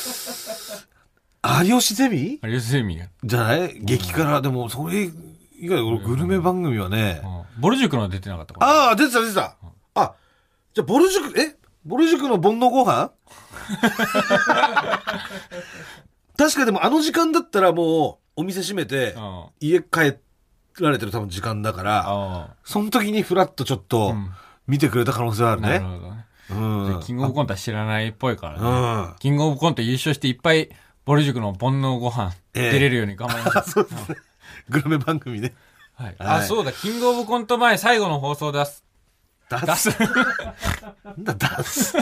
[SPEAKER 2] 有吉ゼミ
[SPEAKER 1] 有吉ゼミ
[SPEAKER 2] じゃない激辛。でも、それ以外、グルメ番組はね。
[SPEAKER 1] ボル塾の出てなかったか
[SPEAKER 2] ああ、出てた出てた。あ、じゃあ、ボル塾、えボル塾の煩悩ご飯確かでもあの時間だったらもう、お店閉めて、家帰られてる多分時間だから、その時にフラッとちょっと、見てくれた可能性はあるね。なるほどね。
[SPEAKER 1] うん、キングオブコントは知らないっぽいからね、うん、キングオブコント優勝していっぱいボル塾の煩悩ご飯出れるように頑張ります、
[SPEAKER 2] えー、そうですね、グルメ番組ね、
[SPEAKER 1] はいはい、あ、そうだ、キングオブコント前最後の放送出す
[SPEAKER 2] 出すなんだ出す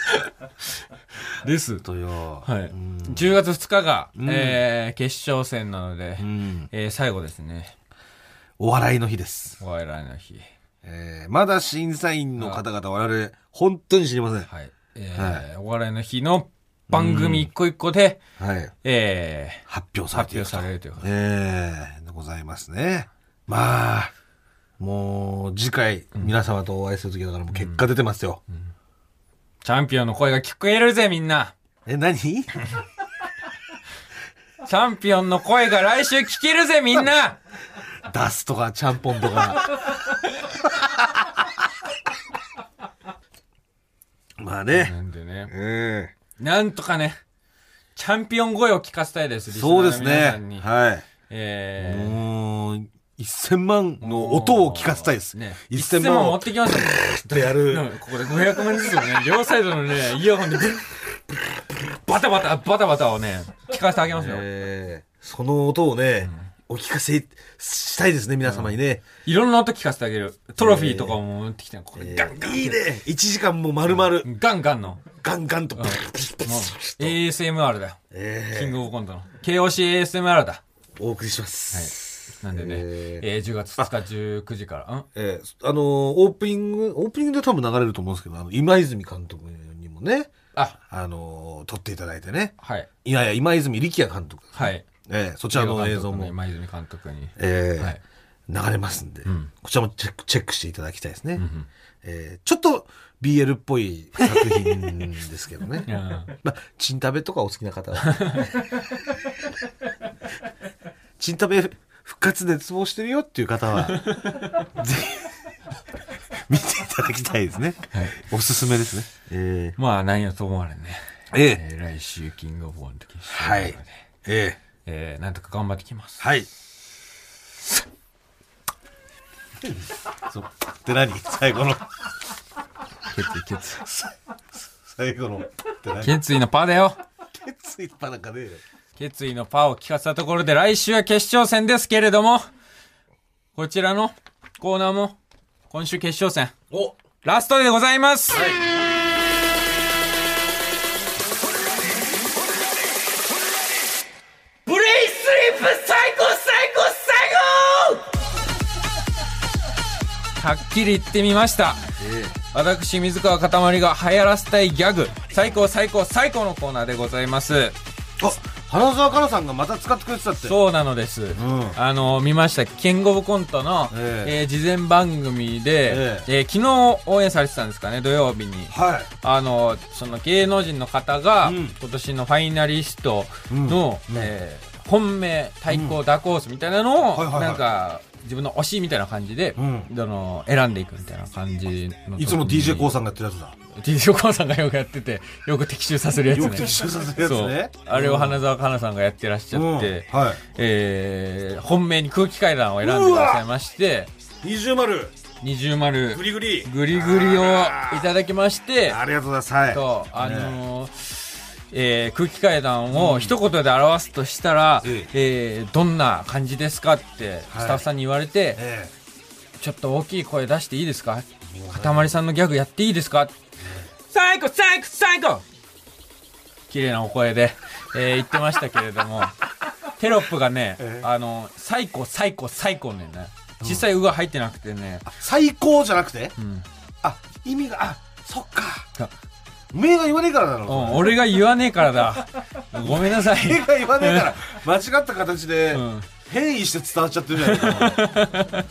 [SPEAKER 1] です
[SPEAKER 2] とよ、
[SPEAKER 1] はい、じゅうがつふつかが、うん、えー、決勝戦なので、うん、えー、最後ですね。
[SPEAKER 2] お笑いの日です。
[SPEAKER 1] お笑いの日、
[SPEAKER 2] えー、まだ審査員の方々我々本当に知りません。はい。
[SPEAKER 1] えーはい、お笑いの日の番組一個一個で、
[SPEAKER 2] うん、はい。
[SPEAKER 1] えー、
[SPEAKER 2] 発表されていると。
[SPEAKER 1] 発表されるということで。
[SPEAKER 2] えー、でございますね。まあ、もう次回皆様とお会いするときだからもう結果出てますよ、うんうん。
[SPEAKER 1] チャンピオンの声が聞こえるぜみんな。
[SPEAKER 2] え、何？
[SPEAKER 1] チャンピオンの声が来週聞けるぜみんな。
[SPEAKER 2] 出すとかちゃんぽんとか。まあね。
[SPEAKER 1] なんでね、えー。なんとかね、チャンピオン声を聞かせたいです。
[SPEAKER 2] そうですね。
[SPEAKER 1] はい。え
[SPEAKER 2] ー、もう、 せんまんの音を聞かせたいです。
[SPEAKER 1] ね、
[SPEAKER 2] せん
[SPEAKER 1] まん持ってきましたね。
[SPEAKER 2] とやる。
[SPEAKER 1] ここでごひゃくまんずつをね、両サイドのね、イヤホンでブッバタバタ、バタバタをね、聞かせてあげますよ。
[SPEAKER 2] えー、その音をね、うん、お聞かせしたいですね、皆様にね。
[SPEAKER 1] うん、いろんな音聞かせてあげる。トロフィーとかも持ってきて、ここでガンガン。
[SPEAKER 2] いいね。いちじかんも丸々。
[SPEAKER 1] ガンガンの。
[SPEAKER 2] ガンガンと。うん、
[SPEAKER 1] エーエスエムアール だよ。
[SPEAKER 2] えー、
[SPEAKER 1] キングオブコントの。ケーオーシーエーエスエムアール だ。
[SPEAKER 2] お送りします。
[SPEAKER 1] はい。なんでね、えーえー、じゅうがつつつかじゅうくじから。ん
[SPEAKER 2] えー、あのー、オープニング、オープニングで多分流れると思うんですけど、あの、今泉監督にもね、
[SPEAKER 1] あ、
[SPEAKER 2] あのー、撮っていただいてね。
[SPEAKER 1] はい。
[SPEAKER 2] いやいや、今泉力也監督、ね。
[SPEAKER 1] はい。
[SPEAKER 2] えー、そちらの映像も。
[SPEAKER 1] 今泉監督に。
[SPEAKER 2] えー、
[SPEAKER 1] はい、
[SPEAKER 2] 流れますんで、うん、こちらもチェック、チェックしていただきたいですね。うんうん、えー、ちょっと ビーエル っぽい作品ですけどね。まあ、チンタベとかお好きな方は。チンタベ復活熱望してるよっていう方は、ぜひ、見ていただきたいですね。はい、おすすめですね。
[SPEAKER 1] えー、まあ、何やと思われね。
[SPEAKER 2] えー
[SPEAKER 1] えー、来週、キングオブコント決
[SPEAKER 2] 勝。はい。えー
[SPEAKER 1] えー、なんとか頑張ってきます。
[SPEAKER 2] はい。そう。って何最後の。
[SPEAKER 1] 決意、決意。
[SPEAKER 2] 最後の。
[SPEAKER 1] 決意のパーだよ。
[SPEAKER 2] 決意のパーなんかねえよ。
[SPEAKER 1] 決意のパーを聞かせたところで来週は決勝戦ですけれども、こちらのコーナーも今週決勝戦。
[SPEAKER 2] お
[SPEAKER 1] ラストでございます。はい。ブレイスリープ最高最高最高はっきり言ってみました。えー、私水川かたまりが流行らせたいギャグ最高最高最高のコーナーでございます。
[SPEAKER 2] あ、花澤香菜さんがまた使ってくれてたって。
[SPEAKER 1] そうなのです、うん、あの見ましたキングオブコントの、えーえー、事前番組で、えーえー、昨日応援されてたんですかね、土曜日に、
[SPEAKER 2] はい、
[SPEAKER 1] あのその芸能人の方が、うん、今年のファイナリストの、うんえー、本命対抗ダークホースみたいなのを、うんはいはいはい、なんか自分の推しみたいな感じで、うん、あの選んでいくみたいな感じの。
[SPEAKER 2] いつも ディージェー コウさんがやってるやつだ。
[SPEAKER 1] ディージェー コウさんがよくやってて、よく的中させるやつね。
[SPEAKER 2] よく的中させるやつね。
[SPEAKER 1] そう。あれを花澤香菜さんがやってらっしゃって、うんはいえー、本命に空気階段を選んでくださいまして、
[SPEAKER 2] 二重丸
[SPEAKER 1] 二重丸
[SPEAKER 2] グリグリ
[SPEAKER 1] グリグリをいただきまして、
[SPEAKER 2] ありがとうございます。
[SPEAKER 1] とあのーねえー、空気階段を一言で表すとしたら、うんえー、どんな感じですかってスタッフさんに言われて、はいえー、ちょっと大きい声出していいですか、かたまりさんのギャグやっていいですか、えー、最高最高最高綺麗なお声で、えー、言ってましたけれどもテロップがね、えー、あの最高最高最高ね実際うが入ってなくてね、
[SPEAKER 2] うん、最高じゃなくて、うん、あ意味があそっかおめえが言わねえからだろ、
[SPEAKER 1] うん、俺が言わねえからだごめんなさい
[SPEAKER 2] おめえが言わねえから間違った形で変異して伝わっちゃってるじゃないか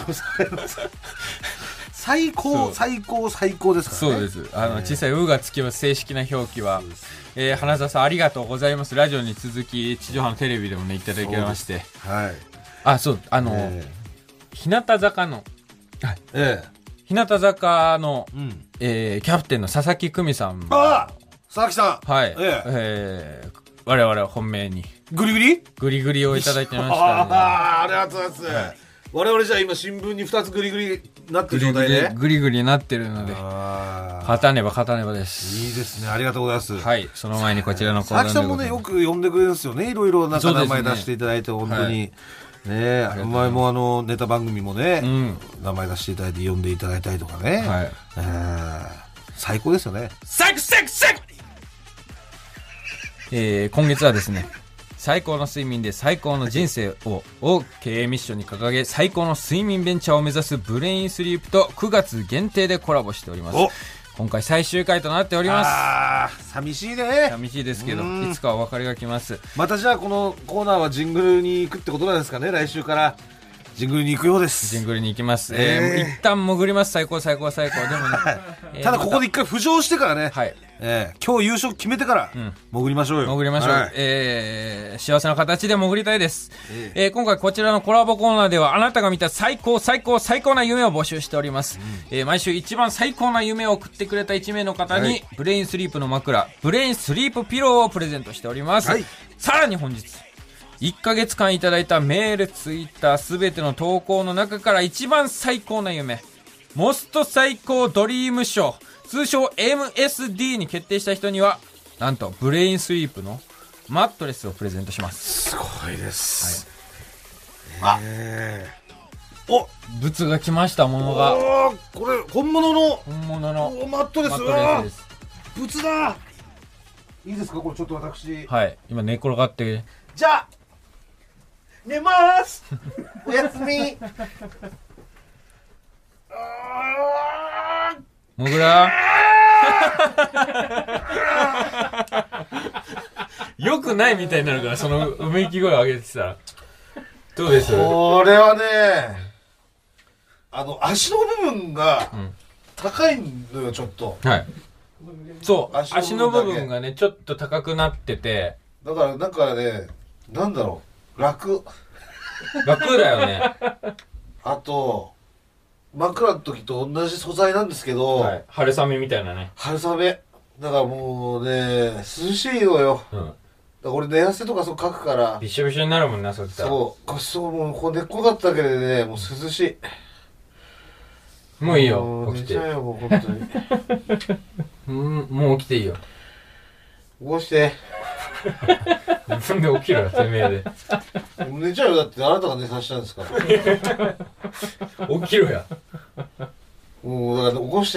[SPEAKER 2] 最高最高最高ですから
[SPEAKER 1] ね。そうです。あの、えー、小さいうがつきます正式な表記は、えー、花澤さんありがとうございます。ラジオに続き地上波のテレビでもねいただきまして、
[SPEAKER 2] はい。
[SPEAKER 1] あそうあの、えー、日向坂の、
[SPEAKER 2] はい、えー
[SPEAKER 1] 日向坂の、うんえー、キャプテンの佐々木久美さん。
[SPEAKER 2] ああ佐々木さ
[SPEAKER 1] ん。はい。えええー、我々は本命に。
[SPEAKER 2] グリグリ
[SPEAKER 1] グリグリをいただいてましたね。
[SPEAKER 2] ああ、ありがとうございます。はい、我々じゃあ今新聞にふたつグリグリなってる状態で。
[SPEAKER 1] グリグリになってるので。勝たねば勝たねばです。
[SPEAKER 2] いいですね。ありがとうございます。
[SPEAKER 1] はい。その前にこちらのコーナーで。
[SPEAKER 2] 佐々木さんもね、よく呼んでくれるんですよね。いろいろなんか名前出していただいて、本当に。はいねえ、前もあのネタ番組もね、うん、名前出していただいて呼んでいただいたりとかね、はいえー、最高ですよね。
[SPEAKER 1] 最高最高最高、えー、今月はですね最高の睡眠で最高の人生をを経営ミッションに掲げ最高の睡眠ベンチャーを目指すブレインスリープとくがつ限定でコラボしております。今回最終回となっております。
[SPEAKER 2] あー寂しいね。
[SPEAKER 1] 寂しいですけどいつかお別れが来ます。
[SPEAKER 2] またじゃあこのコーナーはジングルに行くってことなんですかね。来週からジングルに行くようです。
[SPEAKER 1] ジングルに行きます、えーえー、一旦潜ります。最高最高最高でもね
[SPEAKER 2] ただここで一回浮上してからね、はいえー、今日優勝決めてから潜りましょうよ、
[SPEAKER 1] うん、潜りましょう、はいえー、幸せな形で潜りたいです、えーえー、今回こちらのコラボコーナーではあなたが見た最高最高最高な夢を募集しております、うんえー、毎週一番最高な夢を送ってくれたいち名の方に、はい、ブレインスリープの枕ブレインスリープピローをプレゼントしております、はい、さらに本日いっかげつかんいただいたメール、ツイッター、すべての投稿の中から一番最高な夢、モスト最高ドリーム賞、通称 エムエスディー に決定した人には、なんとブレインスリープのマットレスをプレゼントします。
[SPEAKER 2] すごいです。
[SPEAKER 1] はい、えー、お物が来ました。ものが。
[SPEAKER 2] おこれ本物の
[SPEAKER 1] 本物の
[SPEAKER 2] マットレス。マットレスです。物だ。いいですかこれちょっと私。
[SPEAKER 1] はい。今寝転がって。
[SPEAKER 2] じゃあ寝まーす。おやすみ。
[SPEAKER 1] もぐら。よくないみたいになるから、そのうめき声を上げてたら。どうです？
[SPEAKER 2] これはね、あの足の部分が高いのよ、ちょっと。
[SPEAKER 1] はい。そう、足の, 足の部分がねちょっと高くなってて、
[SPEAKER 2] だからなんかね、なんだろう、楽
[SPEAKER 1] 楽だよね。
[SPEAKER 2] あと枕の時と同じ素材なんですけど、はい、
[SPEAKER 1] 春雨みたいなね。
[SPEAKER 2] 春雨だからもうね涼しいのよ、うん、だから俺寝汗とかそうかくから
[SPEAKER 1] びしょびしょになるもんな。そったら
[SPEAKER 2] そうこそうもうこう寝っこかっただけでねもう涼しい。
[SPEAKER 1] もういいよ起きて。
[SPEAKER 2] 寝ちゃうよもう本当に。
[SPEAKER 1] うん、もう起きていいよ。
[SPEAKER 2] 起こして。
[SPEAKER 1] 自分で起きろよ、てめえで。
[SPEAKER 2] 寝ちゃうよ、だってあなたが寝させたんですから。
[SPEAKER 1] 起きろや。
[SPEAKER 2] もうだから起こして。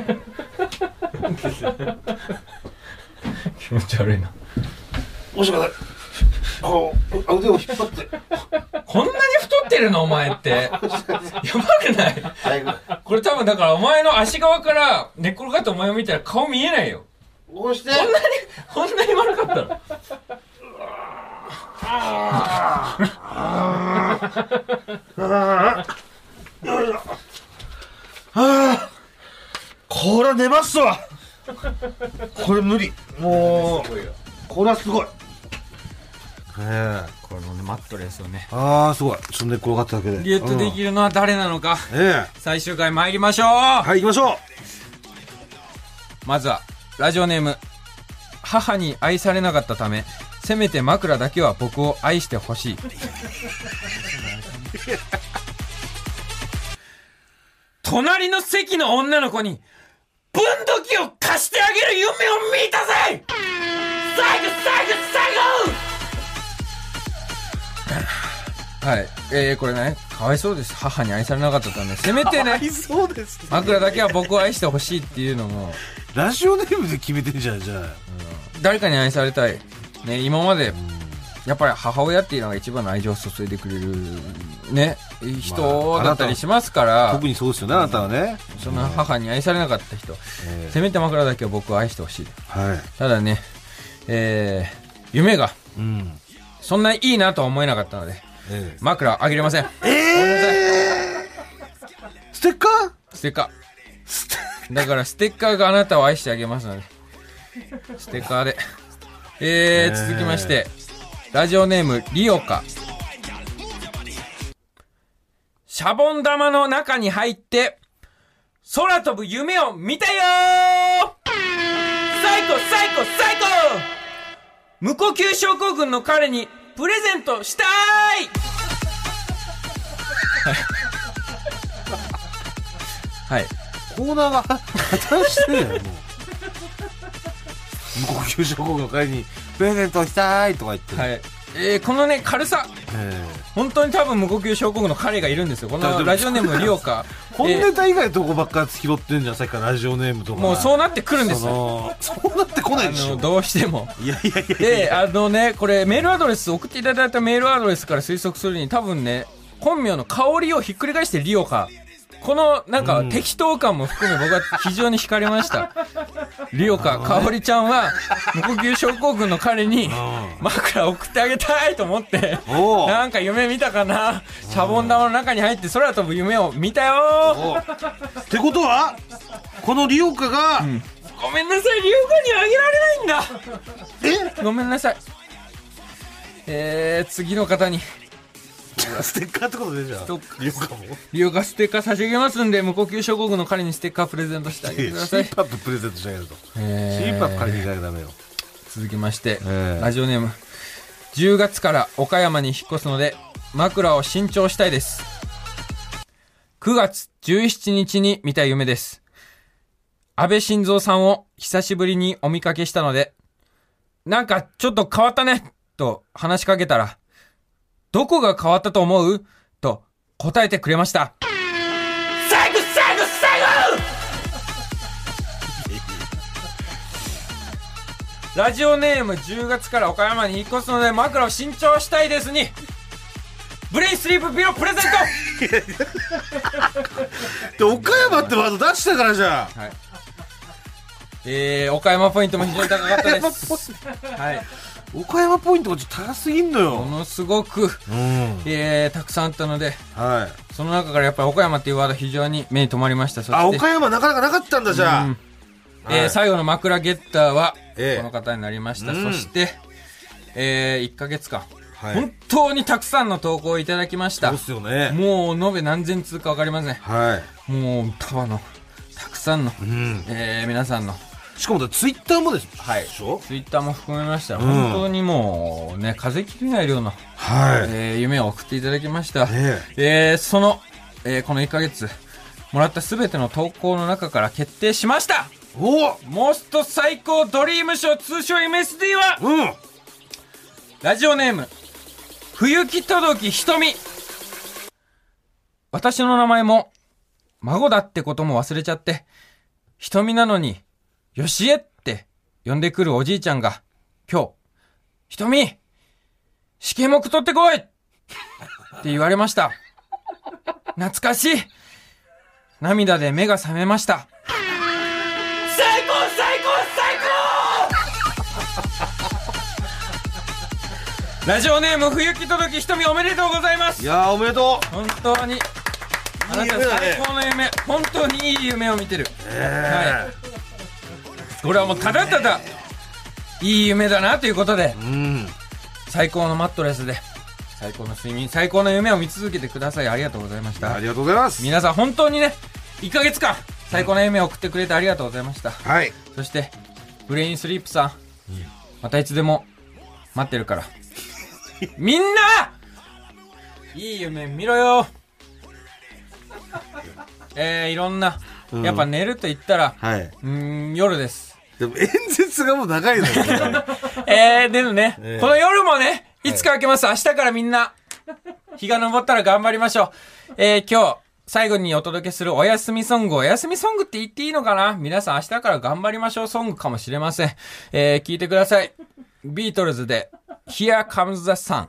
[SPEAKER 1] 気持ち悪いな。
[SPEAKER 2] 起こしてください。こう腕を引っ張って。
[SPEAKER 1] こんなに太ってるのお前って。やばくない？これ多分だからお前の足側から寝っ転がってお前を見たら顔見えないよ。
[SPEAKER 2] 起こして。
[SPEAKER 1] こんなにこんなに丸かったの。
[SPEAKER 2] これ寝ますわ。これ無理。もうこれはすごい。
[SPEAKER 1] えー、この、ね、マットレスをね。
[SPEAKER 2] ああすごい。ちょっと寝っ転がっただけで
[SPEAKER 1] ゲットできるのは誰なのか、うん、えー、最終回参りましょう。
[SPEAKER 2] はい行きましょう。
[SPEAKER 1] まずはラジオネーム、母に愛されなかったためせめて枕だけは僕を愛してほしい。隣の席の女の子に分度器を貸してあげる夢を見たぜ。最後最後最後。はい、えー、これねかわいそうです。母に愛されなかったためせめてね枕だけは僕を愛してほしいっていうのも
[SPEAKER 2] ラジオネームで決めてんじゃん。じゃあ、うん、
[SPEAKER 1] 誰かに愛されたい、ね、今まで、うん、やっぱり母親っていうのが一番の愛情を注いでくれる、ね、人だったりしますから、まあ、
[SPEAKER 2] 特にそうですよね、あなたはね。
[SPEAKER 1] その母に愛されなかった人、えー、せめて枕だけは僕を愛してほしい、はい、ただね、えー、夢が、うん、そんないいなとは思えなかったので、えー、枕あげれません。えー、
[SPEAKER 2] ステッカー
[SPEAKER 1] ステッカーだからステッカーがあなたを愛してあげますのでステッカーで、えー、続きましてラジオネームリオカ。シャボン玉の中に入って空飛ぶ夢を見たよー。最高最高最高。無呼吸症候群の彼にプレゼントしたーい。はい、
[SPEAKER 2] コーナーが破綻してるよもう。無呼吸症候群の彼にプレゼントしたいとか言って、
[SPEAKER 1] はい、えー、このね軽さ、えー、本当に多分無呼吸症候群の彼がいるんですよ。このラジオネームリオカ。
[SPEAKER 2] 本ネタ以外のとこばっか拾ってんじゃん、さっきからラジオネームとか。
[SPEAKER 1] もうそうなってくるんですよ。
[SPEAKER 2] そうなってこないでしょ、
[SPEAKER 1] あのどうしても。
[SPEAKER 2] いやいやいやいや。
[SPEAKER 1] で、あのね、これメールアドレス送っていただいたメールアドレスから推測するに多分ね、本名の香りをひっくり返してリオカ。このなんか適当感も含め僕は非常に惹かれました。リオカ、香織ちゃんは無呼吸症候群の彼に枕を送ってあげたいと思ってなんか夢見たかな。シャボン玉の中に入って空飛ぶ夢を見たよ。
[SPEAKER 2] ってことはこのリオカが、うん、
[SPEAKER 1] ごめんなさい、リオカにあげられないんだ。えごめんなさい。えー、次の方に
[SPEAKER 2] ステッカーってことでじゃあリオカも
[SPEAKER 1] リオカステッカー差し上げますんで、無呼吸症候群の彼にステッカープレゼントしてあげてください。
[SPEAKER 2] シーパッププレゼントしてあげると、えー、シーパップ借りに行かないとダメよ。
[SPEAKER 1] 続きまして、えー、ラジオネームじゅうがつから岡山に引っ越すので枕を新調したいです。くがつじゅうしちにちに見た夢です。安倍晋三さんを久しぶりにお見かけしたので、なんかちょっと変わったねと話しかけたら、どこが変わったと思うと答えてくれました。最後最後最後ラジオネームじゅうがつから岡山に引っ越すので枕を新調したいですに、ブレインスリープピロープレゼン
[SPEAKER 2] トで岡山ってワード出したからじゃん、はい、
[SPEAKER 1] えー、岡山ポイントも非常に高かったです。はい、
[SPEAKER 2] 岡山ポイントがちょっと高すぎんのよ。
[SPEAKER 1] ものすごく、うん、えー、たくさんあったので、
[SPEAKER 2] はい、
[SPEAKER 1] その中からやっぱり岡山っていうワード非常に目に留まりました。そして
[SPEAKER 2] あ、岡山なかなかなかったんだじゃあ、うん、
[SPEAKER 1] えーはい、最後の枕ゲッターはこの方になりました。えー、そして、えー、いっかげつかん、はい、本当にたくさんの投稿をいただきました。
[SPEAKER 2] そうですよね。
[SPEAKER 1] もう延べ何千通か分かりません、
[SPEAKER 2] はい、
[SPEAKER 1] もう束のたくさんの、うん、えー、皆さんの、
[SPEAKER 2] しかもツイッターもです、
[SPEAKER 1] はい、
[SPEAKER 2] でしょ、
[SPEAKER 1] ツイッターも含めましたら、うん、本当にもうね、風切りない量の、
[SPEAKER 2] はい、
[SPEAKER 1] えー、夢を送っていただきました。えーえー、その、えー、このいっかげつもらったすべての投稿の中から決定しました。
[SPEAKER 2] お
[SPEAKER 1] モスト最高ドリーム賞通称 エムエスディー は、うん、ラジオネーム冬木届ひとみ。私の名前も孫だってことも忘れちゃって、ひとみなのによしえって呼んでくるおじいちゃんが今日、ひとみ試験目取ってこいって言われました。懐かしい。涙で目が覚めました。最高最高最高ラジオネーム冬木届ひとみ、おめでとうございます。
[SPEAKER 2] いやー、おめでと
[SPEAKER 1] う。本当にあなた最高の夢、本当にいい夢を見てる、えーはい、これはもうただただいい夢だなということで、うん、最高のマットレスで最高の睡眠、最高の夢を見続けてください。ありがとうございました。
[SPEAKER 2] ありがとうございます。
[SPEAKER 1] 皆さん本当にね、いっかげつかん最高の夢を送ってくれてありがとうございました、
[SPEAKER 2] はい、
[SPEAKER 1] そしてブレインスリープさん、うん、またいつでも待ってるからみんないい夢見ろよ。えー、いろんな、うん、やっぱ寝ると言ったら、はい、うーん、夜です。
[SPEAKER 2] でも演説がもう長いのよね
[SPEAKER 1] えー、でもね、えー、この夜もね、いつか明けます。はい、明日からみんな日が昇ったら頑張りましょう。えー、今日最後にお届けするおやすみソング、おやすみソングって言っていいのかな、皆さん明日から頑張りましょうソングかもしれません。えー、聞いてください。ビートルズで Here Comes the Sun。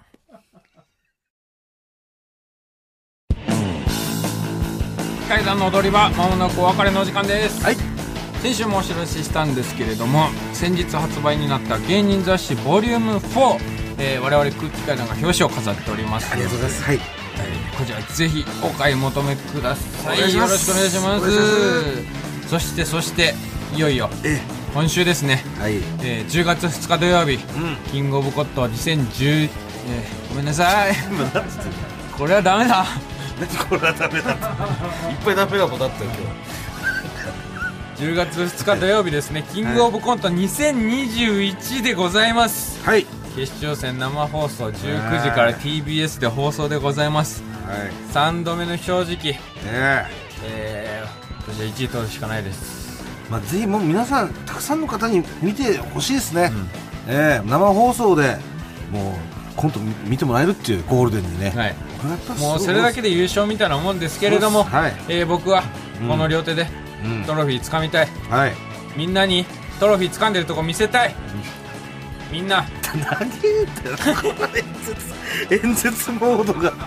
[SPEAKER 1] 階段の踊り場、まもなくお別れのお時間です。はい、先週もお知らせしたんですけれども、先日発売になった芸人雑誌ボリュームフォー、えー、我々空気階段が表紙を飾っております。
[SPEAKER 2] ありがとうございます。はい、
[SPEAKER 1] こちらぜひお買い求めください。よろしくお願いします。そしてそしていよいよ今週ですね、はい、えー、じゅうがつふつか土曜日、うん、キングオブコットにせんじゅう、えー、ごめんなさいこれはダメだ
[SPEAKER 2] 何これはダメだいっぱいダメなことあったよ今日
[SPEAKER 1] じゅうがつふつか土曜日ですね、キングオブコントにせんにじゅういちでございます。はい、決勝戦生放送じゅうくじから ティービーエス で放送でございます。はい、さんどめの正直、ねえー、私はいちい取るしかないです。
[SPEAKER 2] まあ、ぜひもう皆さんたくさんの方に見てほしいですね、うん、えー、生放送でもうコント見てもらえるっていうゴールデンにね、はい、
[SPEAKER 1] もうそれだけで優勝みたいなもんですけれども、はい、えー、僕はこの両手でトロフィー掴みたい、うん、はい、みんなにトロフィー掴んでるとこ見せたい、うん、みんな
[SPEAKER 2] 何言ってんの演説演説モードが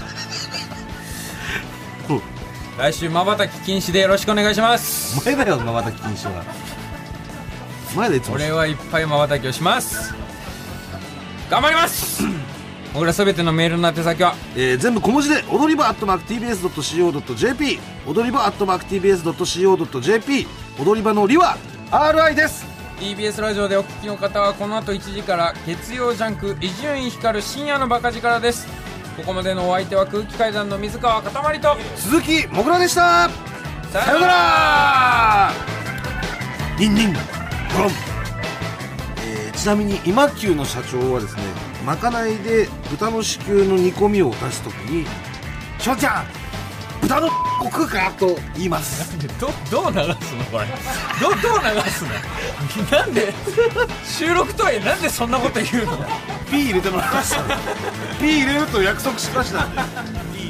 [SPEAKER 1] 来週まばたき禁止でよろしくお願いします。
[SPEAKER 2] お前だよまばたき禁止は。前でいつも
[SPEAKER 1] 俺はいっぱいまばたきをします。頑張ります僕らすべてのメールの宛先は、
[SPEAKER 2] えー、全部小文字で踊り場アットマーク ティービーエスドットシーオードットジェーピー 踊り場アットマーク ティービーエスドットシーオードットジェーピー 踊り場のりは アールアイ です。
[SPEAKER 1] ティービーエス ラジオでお聞きの方はこの後いちじから月曜ジャンク伊集院光る深夜のバカ力です。ここまでのお相手は空気階段の水川かたまりと
[SPEAKER 2] 鈴木もぐらでした。さよなら。ニンニンゴロン。えー、ちなみに今久の社長はですねまかないで豚の子宮の煮込みを出すときにしょうちゃん豚のを食うかと言います。
[SPEAKER 1] どどう流すのこれどどう流すのなんで収録とはいえなんでそんなこと言うの。
[SPEAKER 2] ピー入れてもらいましたね。ピー入れると約束しましたね。ピ